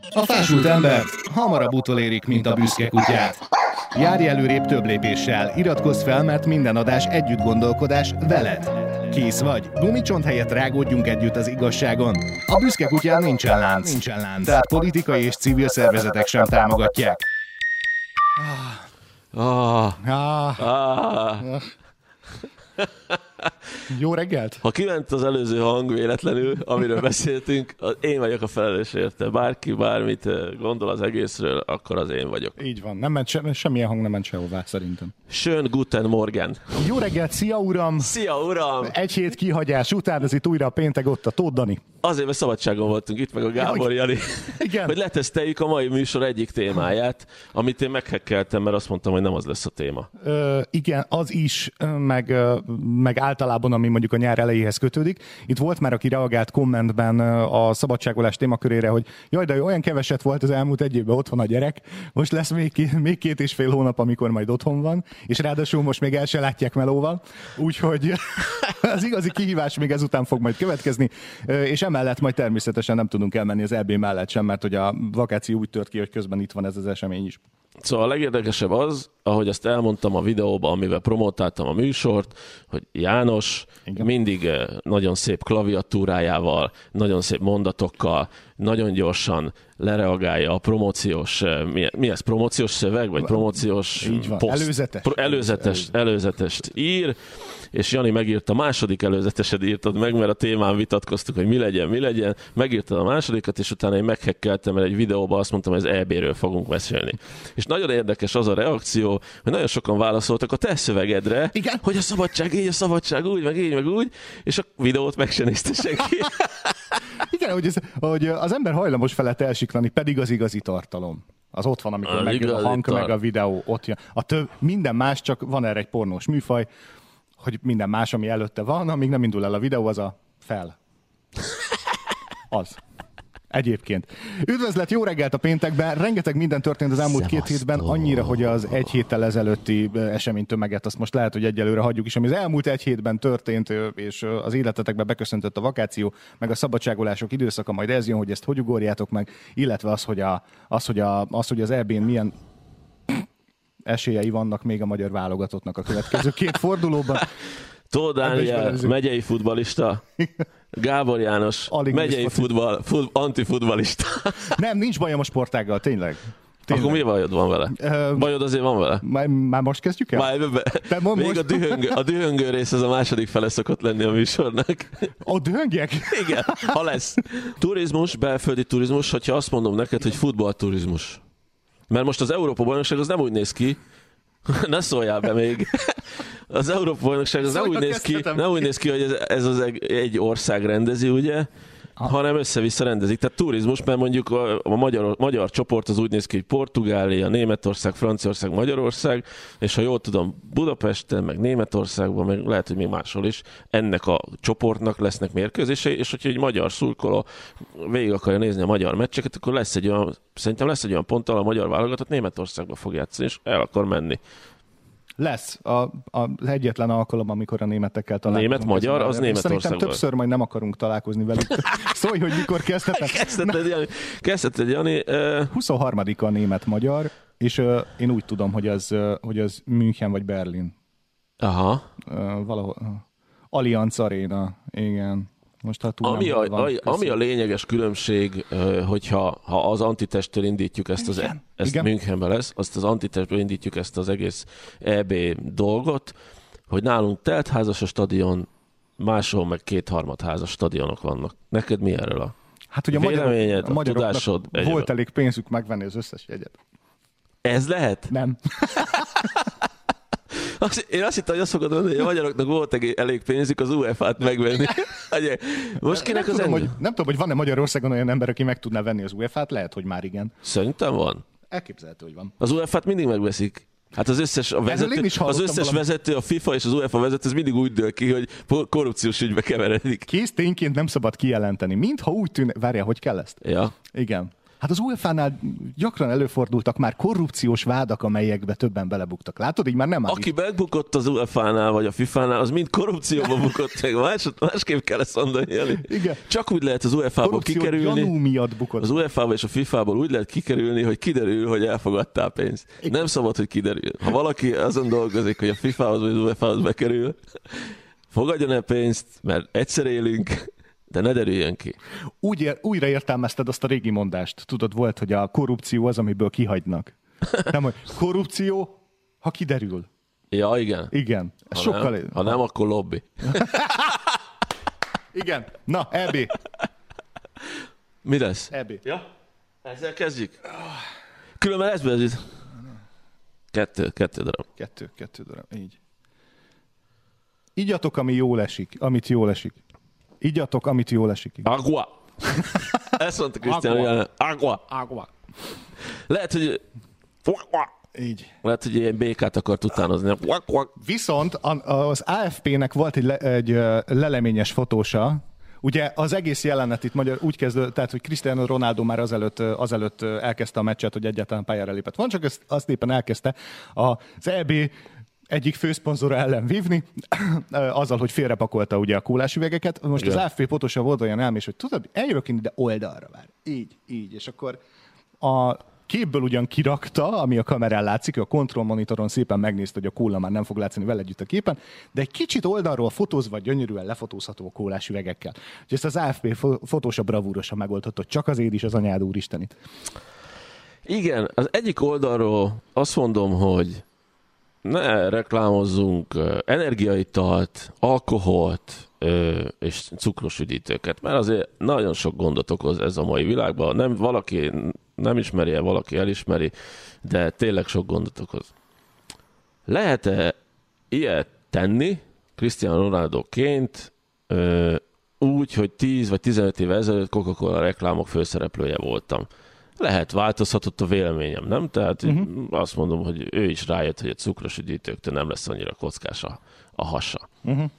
A fásult embert hamarabb utolérik, mint a büszke kutyát. Járj előrébb több lépéssel, iratkozz fel, mert minden adás együtt gondolkodás veled. Kész vagy? Gumicsont helyett rágódjunk együtt az igazságon. A büszke kutyán nincsen lánc, tehát politikai és civil szervezetek sem támogatják. Jó reggelt! Ha kiment az előző hang véletlenül, amiről beszéltünk, én vagyok a felelős érte. Bárki bármit gondol az egészről, akkor az én vagyok. Így van, nem ment semmilyen hang nem ment sehová szerintem. Schön guten Morgen! Jó reggelt, szia uram! Szia uram! Egy hét kihagyás után, ez itt újra a péntek, ott a Tóth Dani. Azért, mert szabadságon voltunk itt, meg a Gábor Jani, igen. Hogy leteszteljük a mai műsor egyik témáját, amit én meghekkeltem, mert azt mondtam, hogy nem az lesz a téma. Igen, az is, meg általában, ami mondjuk a nyár elejéhez kötődik. Itt volt már, aki reagált kommentben a szabadságolás témakörére, hogy jaj, de olyan keveset volt az elmúlt egy évben otthon a gyerek, most lesz még 2,5 hónap, amikor majd otthon van, és ráadásul most még el se látják melóval, úgyhogy az igazi kihívás még ezután fog majd következni, és emellett majd természetesen nem tudunk elmenni az EB mellett sem, mert hogy a vakáció úgy tört ki, hogy közben itt van ez az esemény is. Szóval a legérdekesebb az, ahogy azt elmondtam a videóban, amivel promotáltam a műsort, hogy János mindig nagyon szép klaviatúrájával, nagyon szép mondatokkal, nagyon gyorsan lereagálja a promóciós, mi ez, promóciós szöveg, vagy promóciós poszt? Előzetest ír, és Jani megírta, a második előzetesed írtad meg, mert a témán vitatkoztuk, hogy mi legyen, megírtad a másodikat, és utána én meghekkeltem, mert egy videóban azt mondtam, hogy az EB-ről fogunk beszélni. És nagyon érdekes az a reakció, hogy nagyon sokan válaszoltak a te szövegedre, igen? Hogy a szabadság így, a szabadság úgy, meg így, meg úgy, és a videót meg se nézte senki. Igen, hogy az ember hajlamos felett elsiklani, pedig az igazi tartalom. Az ott van, amikor megjön a hang, meg a videó, ott jön. Minden más, csak van erre egy pornós műfaj, hogy minden más, ami előtte van, amíg nem indul el a videó, az a fel. Az. Egyébként. Üdvözlet, jó reggelt a péntekben. Rengeteg minden történt az elmúlt 2 hétben, annyira, hogy az egy héttel ezelőtti eseménytömeget azt most lehet, hogy egyelőre hagyjuk is. Ami az elmúlt egy hétben történt, és az életetekbe beköszöntött a vakáció, meg a szabadságolások időszaka, majd ez jön, hogy ezt hogy ugorjátok meg, illetve az, hogy az EB-n milyen esélyei vannak még a magyar válogatottnak a következő 2 fordulóban. Tóth Dániel, megyei futballista. Gábor János, megyei antifutballista. Nem, nincs bajom a sportággal, tényleg. Akkor mi bajod van vele? Bajod azért van vele? Már most kezdjük el? Még a dühöngő rész az a második fele szokott lenni a műsornak. A dühöngjek? Igen, ha lesz. Turizmus, belföldi turizmus, hogyha azt mondom neked, hogy futballturizmus. Mert most az Európa-bajnokság az nem úgy néz ki, ne szóljál be még. Az Európa-bajnokság az nem úgy néz ki, hogy ez az egy ország rendezi, ugye? Hanem össze-vissza rendezik. Tehát turizmus, mert mondjuk a magyar csoport az úgy néz ki, hogy Portugália, Németország, Franciaország, Magyarország, és ha jól tudom, Budapesten, meg Németországban, meg lehet, hogy még máshol is, ennek a csoportnak lesznek mérkőzései, és hogyha egy magyar szurkoló végig akarja nézni a magyar meccseket, akkor szerintem lesz egy olyan pont, ahol a magyar válogatott Németországba fog játszani, és el akar menni. Lesz az egyetlen alkalom, amikor a németekkel találkozunk. Német-magyar, az Németország. Szerintem többször majd nem akarunk találkozni velük. Szólj, hogy mikor kezdhetek. Kezdheted, Jani. 23-a német-magyar, és én úgy tudom, hogy az München vagy Berlin. Aha. Valahol. Allianz Arena, igen. Most, ami a lényeges különbség, hogyha az antitesttől indítjuk ezt Münchenben lesz, azt az antitestből indítjuk ezt az egész EB dolgot, hogy nálunk teltházas a stadion, máshol meg 2/3 házas stadionok vannak. Neked mi erről a véleményed, a tudásod? Volt elég pénzük megvenni az összes jegyet. Ez lehet? Nem. Én azt hittem, hogy azt fogod mondani, hogy a magyaroknak volt elég pénzük az UEFA-t megvenni. Most kinek az nem tudom, hogy van-e Magyarországon olyan ember, aki meg tudná venni az UEFA-t, lehet, hogy már igen. Szerintem van. Elképzelhető, hogy van. Az UEFA-t mindig megveszik. Hát az összes vezető, a FIFA és az UEFA vezető, ez mindig úgy dől ki, hogy korrupciós ügybe keveredik. Kész tényként nem szabad kijelenteni. Mintha úgy tűnik, várjál, hogy kell ezt? Ja. Igen. Hát az UEFA-nál gyakran előfordultak már korrupciós vádak, amelyekbe többen belebuktak. Látod, így már nem áll. Aki megbukott az UEFA-nál vagy a FIFA-nál, az mind korrupcióba bukott meg. Másképp kell ezt mondani. Igen. Csak úgy lehet az UEFA-ból kikerülni. Gyanú miatt bukott. Az UEFA-ból és a FIFA-ból úgy lehet kikerülni, hogy kiderül, hogy elfogadtál pénzt. Igen. Nem szabad, hogy kiderül. Ha valaki azon dolgozik, hogy a FIFA-hoz vagy az UEFA-hoz bekerül, fogadjon el pénzt, mert egyszer élünk, de ne derüljön ki. Újra értelmezted azt a régi mondást. Tudod, volt, hogy a korrupció az, amiből kihagynak. Nem, hogy korrupció, ha kiderül. Ja, igen. Igen. Ha nem, akkor lobby. Igen. Na, EB. Mi lesz? EB. Ja? Ezzel kezdjük? Különben lesz be ez. Kettő darab. Kettő darab. Így. Igyatok, amit jól esik. Igyatok, amit jól esik. Agua. Ezt mondta Cristiano. Agua. Lehet, hogy... Így. Lehet, hogy ilyen békát akart utánozni. Viszont az AFP-nek volt egy leleményes fotósa. Ugye az egész jelenet itt magyar úgy kezdődött, tehát hogy Cristiano Ronaldo már azelőtt elkezdte a meccset, hogy egyáltalán pályára lépett. Van, csak azt éppen elkezdte az EB egyik főszponzora ellen vívni, azzal, hogy félrepakolta ugye a kólásüvegeket. Most igen. Az AFP fotósa volt olyan elmés, hogy tudod, eljövök én ide oldalra már. Így. És akkor a képből ugyan kirakta, ami a kamerán látszik, a kontrollmonitoron szépen megnézte, hogy a kóla már nem fog látszani vele együtt a képen, de egy kicsit oldalról fotózva gyönyörűen lefotózható a kólásüvegekkel. És ezt az AFP fotósa bravúrosan megoldotta, hogy csak azért is az anyád úristenit. Igen, az egyik oldalról azt mondom, hogy ne reklámozzunk energiaitalt, alkoholt és cukros üdítőket, mert azért nagyon sok gondot okoz ez a mai világban. Valaki nem ismeri, valaki elismeri, de tényleg sok gondot okoz. Lehet-e ilyet tenni Cristiano Ronaldoként úgy, hogy 10 vagy 15 éve ezelőtt Coca-Cola reklámok főszereplője voltam? Lehet, változhatott a véleményem, nem? Tehát azt mondom, hogy ő is rájött, hogy a cukros üdítőktől nem lesz annyira kockás a hasa.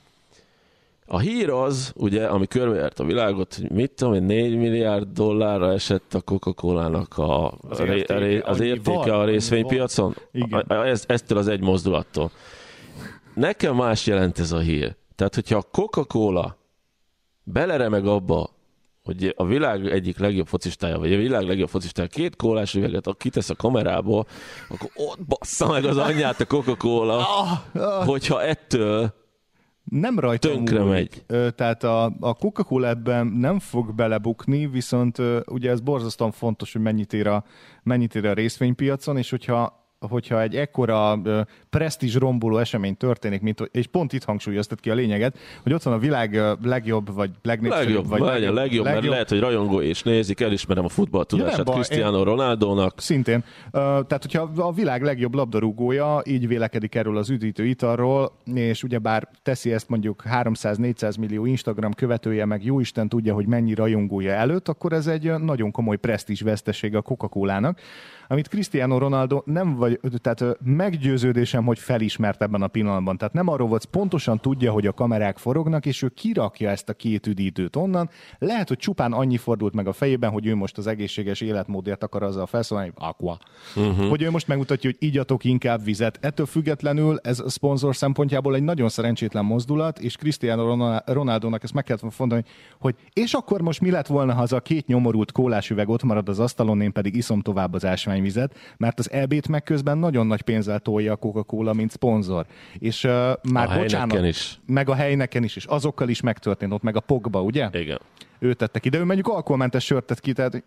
A hír az, ugye, ami körbejárt a világot, hogy mit tudom én, 4 milliárd dollárra esett a Coca-Colának az értéke a részvénypiacon. Eztől az egy mozdulattól. Nekem más jelent ez a hír. Tehát, hogyha a Coca-Cola beleremeg abba, hogy a világ egyik legjobb focistája, vagy a világ legjobb focistája 2 kólás üveget kitesz a kamerából, akkor ott bassza meg az anyját a Coca-Cola, hogyha ettől nem rajta tönkre megy. Tehát a Coca-Cola ebben nem fog belebukni, viszont ugye ez borzasztóan fontos, hogy mennyit ér a részvénypiacon, és hogyha egy ekkora presztízs romboló esemény történik, és pont itt hangsúlyoztat ki a lényeget, hogy ott van a világ legjobb, vagy legnépszerűbb, legjobb, mert lehet, hogy rajongó és nézik, elismerem a futballtudását Cristiano Ronaldónak. Szintén. Tehát, hogyha a világ legjobb labdarúgója így vélekedik erről az üdítő italról, és ugyebár teszi ezt mondjuk 300-400 millió Instagram követője, meg jóisten tudja, hogy mennyi rajongója előtt, akkor ez egy nagyon komoly presztízs veszteség a Coca-Colának, amit Cristiano Ronaldo tehát meggyőződésem, hogy felismert ebben a pillanatban. Tehát nem arról volt, pontosan tudja, hogy a kamerák forognak, és ő kirakja ezt a 2 üdítőt onnan. Lehet, hogy csupán annyi fordult meg a fejében, hogy ő most az egészséges életmódért akar azzal felszólalni, aqua. Hogy ő most megmutatja, hogy igyatok inkább vizet. Ettől függetlenül ez a szponzor szempontjából egy nagyon szerencsétlen mozdulat, és Cristiano Ronaldónak ezt meg kellett mondani, hogy és akkor most mi lett volna, ha az a 2 nyomorult kólásüveg ott marad az asztalon, én pedig iszom tovább az ásványvizet, mert az EB-t meg közben nagyon nagy pénzzel tolja a Coca-Cola, mint szponzor. És már bocsánat, is. Meg a helyneken is, és azokkal is megtörtént, ott meg a Pogba, ugye? Igen. Ő tette ki, de ő mondjuk alkoholmentes sört tett ki, tehát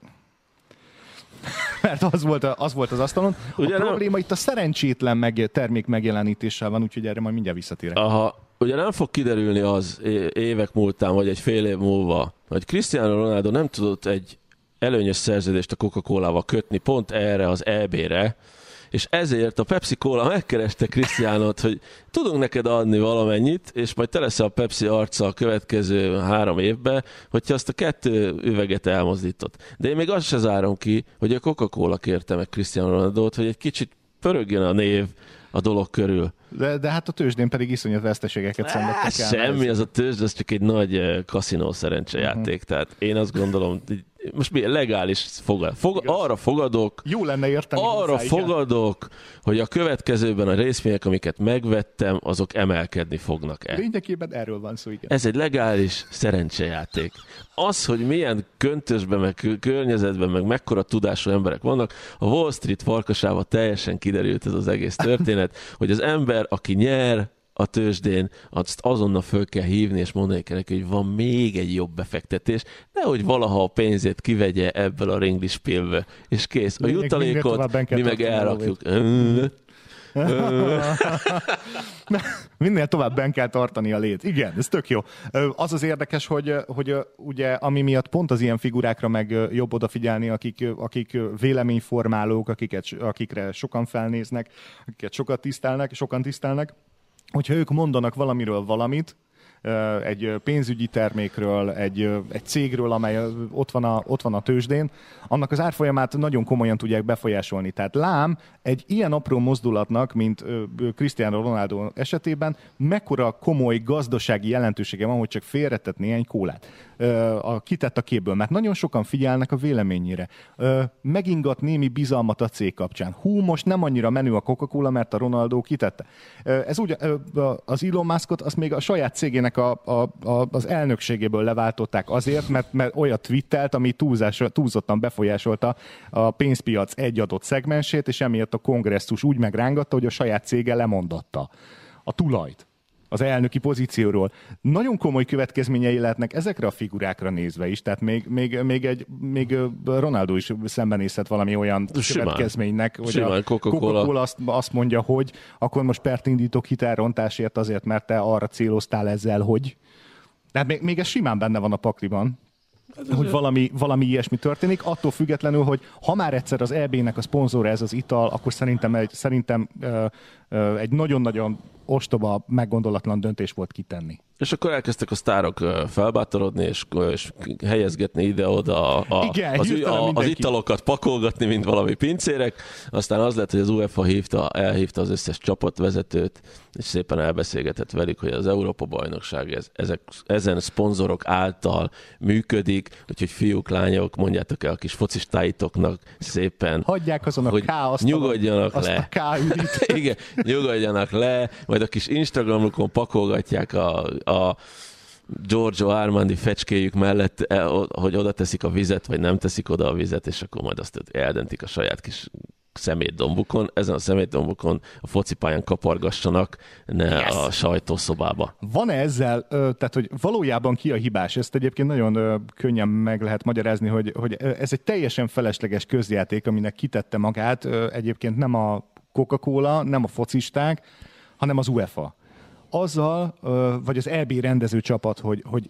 mert az volt az asztalon. Ugye a probléma itt a szerencsétlen termék megjelenítéssel van, úgyhogy erre majd mindjárt visszatérek. Ugye nem fog kiderülni az évek múltán, vagy egy fél év múlva, hogy Cristiano Ronaldo nem tudott egy előnyös szerződést a Coca-Colával kötni pont erre az EB-re, és ezért a Pepsi Cola megkereste Cristianót, hogy tudunk neked adni valamennyit, és majd te leszel a Pepsi arca a következő 3 évben, hogyha azt a 2 üveget elmozdított. De én még azt se zárom ki, hogy a Coca-Cola kérte meg Cristiano Ronaldót, hogy egy kicsit pörögjön a név a dolog körül. De hát a tőzsdén pedig iszonyat veszteségeket szenvedtek el. Semmi, az a tőzsd, az csak egy nagy kaszinó szerencsejáték. Tehát én azt gondolom, most mi legális arra fogadok, jó lenne érteni arra fogadok, hogy a következőben a részvények, amiket megvettem, azok emelkedni fognak-e. Lényegében erről van szó, igen. Ez egy legális szerencsejáték. Az, hogy milyen köntösben, meg környezetben, meg mekkora tudású emberek vannak, a Wall Street farkasával teljesen kiderült ez az egész történet, hogy az ember, aki nyer a tőzsdén, azt azonnal föl kell hívni, és mondani kell neki, hogy van még egy jobb befektetés, nehogy valaha a pénzét kivegye ebből a ringlispélből, és kész. A jutalékot mi meg elrakjuk. Minél tovább benn kell tartani a lét. Igen, ez tök jó. Az az érdekes, hogy ugye ami miatt pont az ilyen figurákra meg jobb odafigyelni, akik véleményformálók, akikre sokan felnéznek, akiket sokan tisztelnek, hogyha ők mondanak valamiről valamit, egy pénzügyi termékről, egy cégről, amely ott van a tőzsdén, annak az árfolyamát nagyon komolyan tudják befolyásolni. Tehát lám, egy ilyen apró mozdulatnak, mint Cristiano Ronaldo esetében, mekkora komoly gazdasági jelentősége van, hogy csak félretett néhány kólát. Kitett a képből, mert nagyon sokan figyelnek a véleményére. Megingat némi bizalmat a cég kapcsán. Most nem annyira menő a Coca-Cola, mert a Ronaldo kitette. Ez úgy, az Elon Muskot azt még a saját cégének az elnökségéből leváltották azért, mert olyat twittelt, ami túlzottan befolyásolta a pénzpiac egy adott szegmensét, és emiatt a kongresszus úgy megrángatta, hogy a saját cége lemondatta a tulajt az elnöki pozícióról. Nagyon komoly következményei lehetnek ezekre a figurákra nézve is, tehát még Ronaldo is szembenézhet valami olyan következménynek, hogy a Coca-Cola azt mondja, hogy akkor most pert indítok hitelrontásért azért, mert te arra céloztál ezzel, hogy... Tehát még ez simán benne van a pakliban, hogy valami ilyesmi történik, attól függetlenül, hogy ha már egyszer az EB-nek a szponzora ez az ital, akkor szerintem egy nagyon-nagyon ostoba, meggondolatlan döntés volt kitenni. És akkor elkezdtek a sztárok felbátorodni, és helyezgetni ide-oda az italokat, pakolgatni, mint valami pincérek. Aztán az lett, hogy az UEFA elhívta az összes csapatvezetőt, és szépen elbeszélgetett velük, hogy az Európa-bajnokság ezen szponzorok által működik, úgyhogy fiúk, lányok, mondjátok el a kis focistáitoknak szépen, hagyják azon a nyugodjanak le. Igen, nyugodjanak le, majd a kis Instagramokon pakolgatják a Giorgio Armandi fecskéjük mellett, hogy oda teszik a vizet, vagy nem teszik oda a vizet, és akkor majd azt eldöntik a saját kis szemétdombukon. Ezen a szemétdombukon a focipályán kapargassanak, ne a sajtószobába. Van-e ezzel, tehát hogy valójában ki a hibás? Ezt egyébként nagyon könnyen meg lehet magyarázni, hogy ez egy teljesen felesleges közjáték, aminek kitette magát egyébként nem a Coca-Cola, nem a focisták, hanem az UEFA. Azzal, vagy az EB rendező csapat,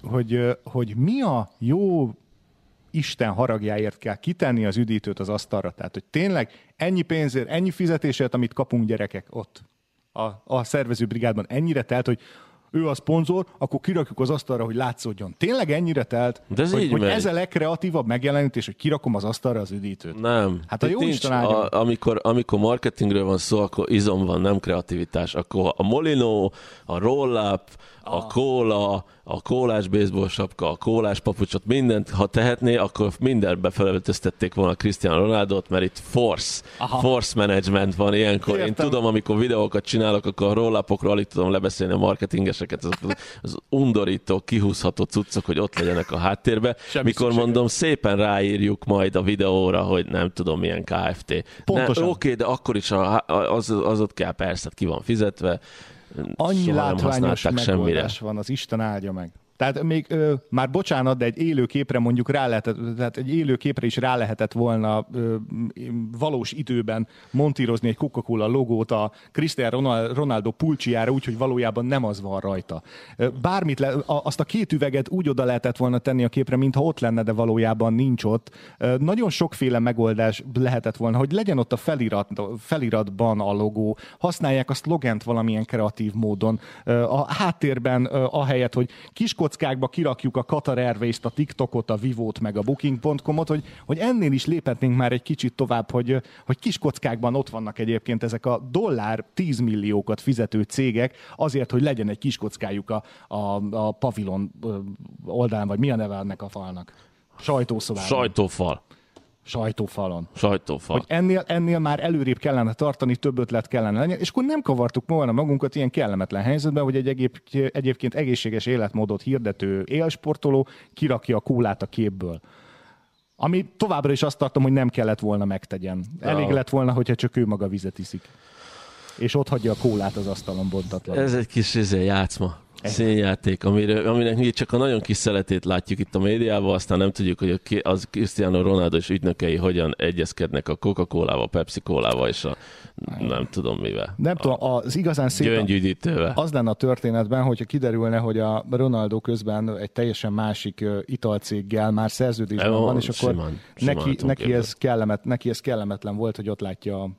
hogy mi a jó Isten haragjáért kell kitenni az üdítőt az asztalra. Tehát, hogy tényleg ennyi pénzért, ennyi fizetésért, amit kapunk gyerekek ott a szervezőbrigádban, ennyire telt, hogy ő a szponzor, akkor kirakjuk az asztalra, hogy látszódjon. Tényleg ennyire telt, hogy ez a legkreatívabb megjelenítés, hogy kirakom az asztalra az üdítőt? Nem. Hát a jó Isten áldjon. Amikor marketingről van szó, akkor izom van, nem kreativitás. Akkor a Molino, a roll-up, a kóla, a kólás baseball sapka, a kólás papucsot, mindent, ha tehetné, akkor mindenbe felöltöztették volna Cristiano Ronaldot, mert itt force management van ilyenkor. Értem. Én tudom, amikor videókat csinálok, akkor a roll-upokról alig tudom lebeszélni a marketingeseket, az undorító, kihúzható cuccok, hogy ott legyenek a háttérbe. Mikor mondom, szépen ráírjuk majd a videóra, hogy nem tudom milyen KFT. Oké, de akkor is az ott kell, persze, ki van fizetve. Annyi látványos megoldás van, az Isten áldja meg. Tehát még már bocsánat, de egy élő képre mondjuk tehát egy élő képre is rá lehetett volna valós időben montírozni egy Coca-Cola logót a Cristiano Ronaldo pulcsijára, úgyhogy valójában nem az van rajta. Bármit azt a két üveget úgy oda lehetett volna tenni a képre, mintha ott lenne, de valójában nincs ott. Nagyon sokféle megoldás lehetett volna, hogy legyen ott a feliratban a logó, használják a szlogent valamilyen kreatív módon. A háttérben ahelyett, hogy kiskot kockákba kirakjuk a Qatar Airways-t, a TikTokot, a Vivót, meg a Booking.com-ot, hogy ennél is léphetnénk már egy kicsit tovább, hogy kis kockákban ott vannak egyébként ezek a dollár 10 milliókat fizető cégek azért, hogy legyen egy kis kockájuk a pavilon oldalán, vagy mi a neve ennek a falnak? Sajtószobában. Sajtófalon. Hogy ennél már előrébb kellene tartani, több ötlet kellene lenni, és akkor nem kavartuk volna magunkat ilyen kellemetlen helyzetben, hogy egy egyébként egészséges életmódot hirdető élsportoló kirakja a kólát a képből. Ami továbbra is azt tartom, hogy nem kellett volna megtegyen. Elég lett volna, hogyha csak ő maga vizet iszik. És ott hagyja a kólát az asztalon bontatlan. Ez egy kis játszma. Színjáték, aminek mi csak a nagyon kis szeletét látjuk itt a médiában, aztán nem tudjuk, hogy az Cristiano Ronaldo és ügynökei hogyan egyezkednek a Coca-Colával, Pepsi-Colával és a nem tudom mivel. Nem tudom, az igazán szép az lenne a történetben, hogyha kiderülne, hogy a Ronaldo közben egy teljesen másik italcéggel már szerződésben van, és akkor neki ez kellemetlen volt, hogy ott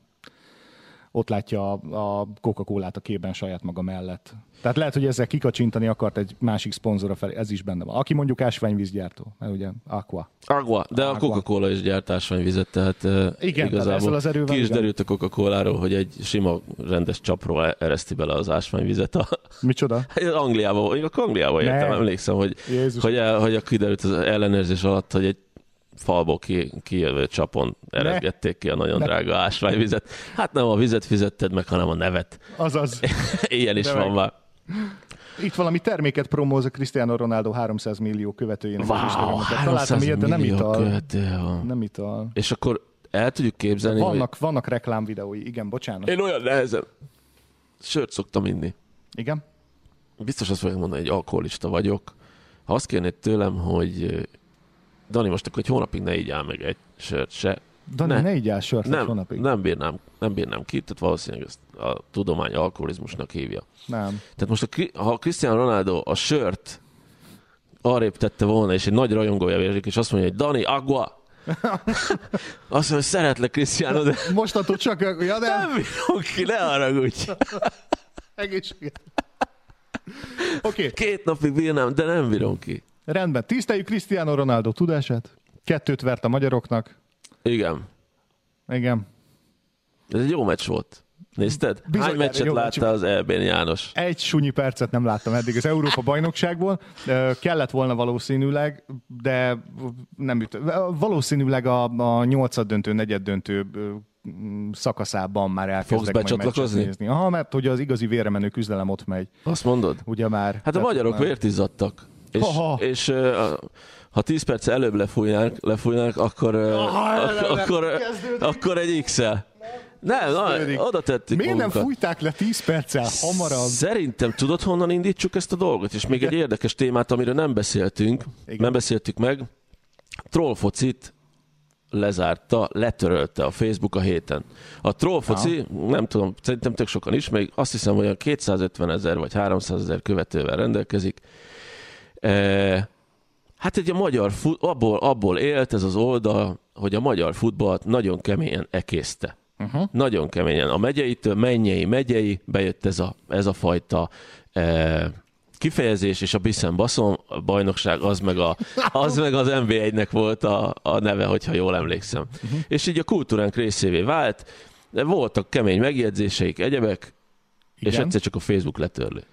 látja a Coca-Colát a képben saját maga mellett. Tehát lehet, hogy ezzel kikacsintani akart egy másik szponzora felé, ez is benne van. Aki mondjuk ásványvízgyártó, mert ugye Aqua, de a Coca-Cola is gyárt ásványvizet, tehát igen, igazából az erővel, ki is derült a Coca-Coláról, hogy egy sima rendes csapról ereszti bele az ásványvizet. Micsoda? Angliában értem, emlékszem, hogy kiderült az ellenőrzés alatt, hogy egy falból kijövő csapon eredgették ki a nagyon drága ásványvizet. Hát nem a vizet fizetted meg, hanem a nevet. Azaz. Ilyen is van már. Itt valami terméket promóz a Cristiano Ronaldo 300 millió követőjének. Wow, 300 ilyet, de nem ital. Nem ital. És akkor el tudjuk képzelni, vannak reklámvideói, igen, bocsánat. Én olyan nehezen sört szoktam inni. Igen? Biztos azt fogják mondani, hogy alkoholista vagyok. Ha azt kérnéd tőlem, hogy Dani, most akkor egy hónapig ne igyál meg egy sört se. Dani, ne igyál sört egy hónapig. Nem bírnám ki, tehát valószínűleg ezt a tudomány alkoholizmusnak hívja. Nem. Tehát most ha Cristiano Ronaldo a sört arrébb tette volna, és egy nagy rajongója vérik, és azt mondja, hogy Dani, agua! Azt mondja, hogy szeretlek, Cristiano, de... Mostantól csak... Ja, nem bírom ki, ne haragudj! Egészséget. Oké. 2 napig bírnám, de nem bírom ki. Rendben. Tiszteljük Cristiano Ronaldo tudását. 2-t vert a magyaroknak. Igen. Ez egy jó meccs volt. Nézted? Hány meccset látta az EB-n, János? Egy sunyi percet nem láttam eddig az Európa-bajnokságból. Kellett volna valószínűleg, de nem jut. Valószínűleg a 8. döntő, 4. döntő szakaszában már elkezdek majd meccset nézni. Aha, mert hogy az igazi vérremenő küzdelem ott megy. Azt mondod? Ugye már. Hát a magyarok vért izzadtak. És ha 10 perc előbb lefújnánk, akkor egy X-el. Nem, oda tettük Miért magunkat. Nem fújták le 10 perccel hamarabb? Szerintem tudod, honnan indítsuk ezt a dolgot? És még egy érdekes témát, amiről nem beszéltünk meg. Trollfocit letörölte a Facebook a héten. A trollfoci, nem tudom, szerintem tök sokan is, még azt hiszem, hogy 250 000 vagy 300 000 követővel rendelkezik. Hát egy a magyar abból élt ez az oldal, hogy a magyar futballt nagyon keményen ekészte. Nagyon keményen. A megyeitől megyei bejött ez a fajta kifejezés, és a Biszem-Baszom bajnokság az meg az NB1-nek volt a neve, hogyha jól emlékszem. És így a kultúránk részévé vált, de voltak kemény megjegyzéseik, egyebek, és egyszer csak a Facebook letörli.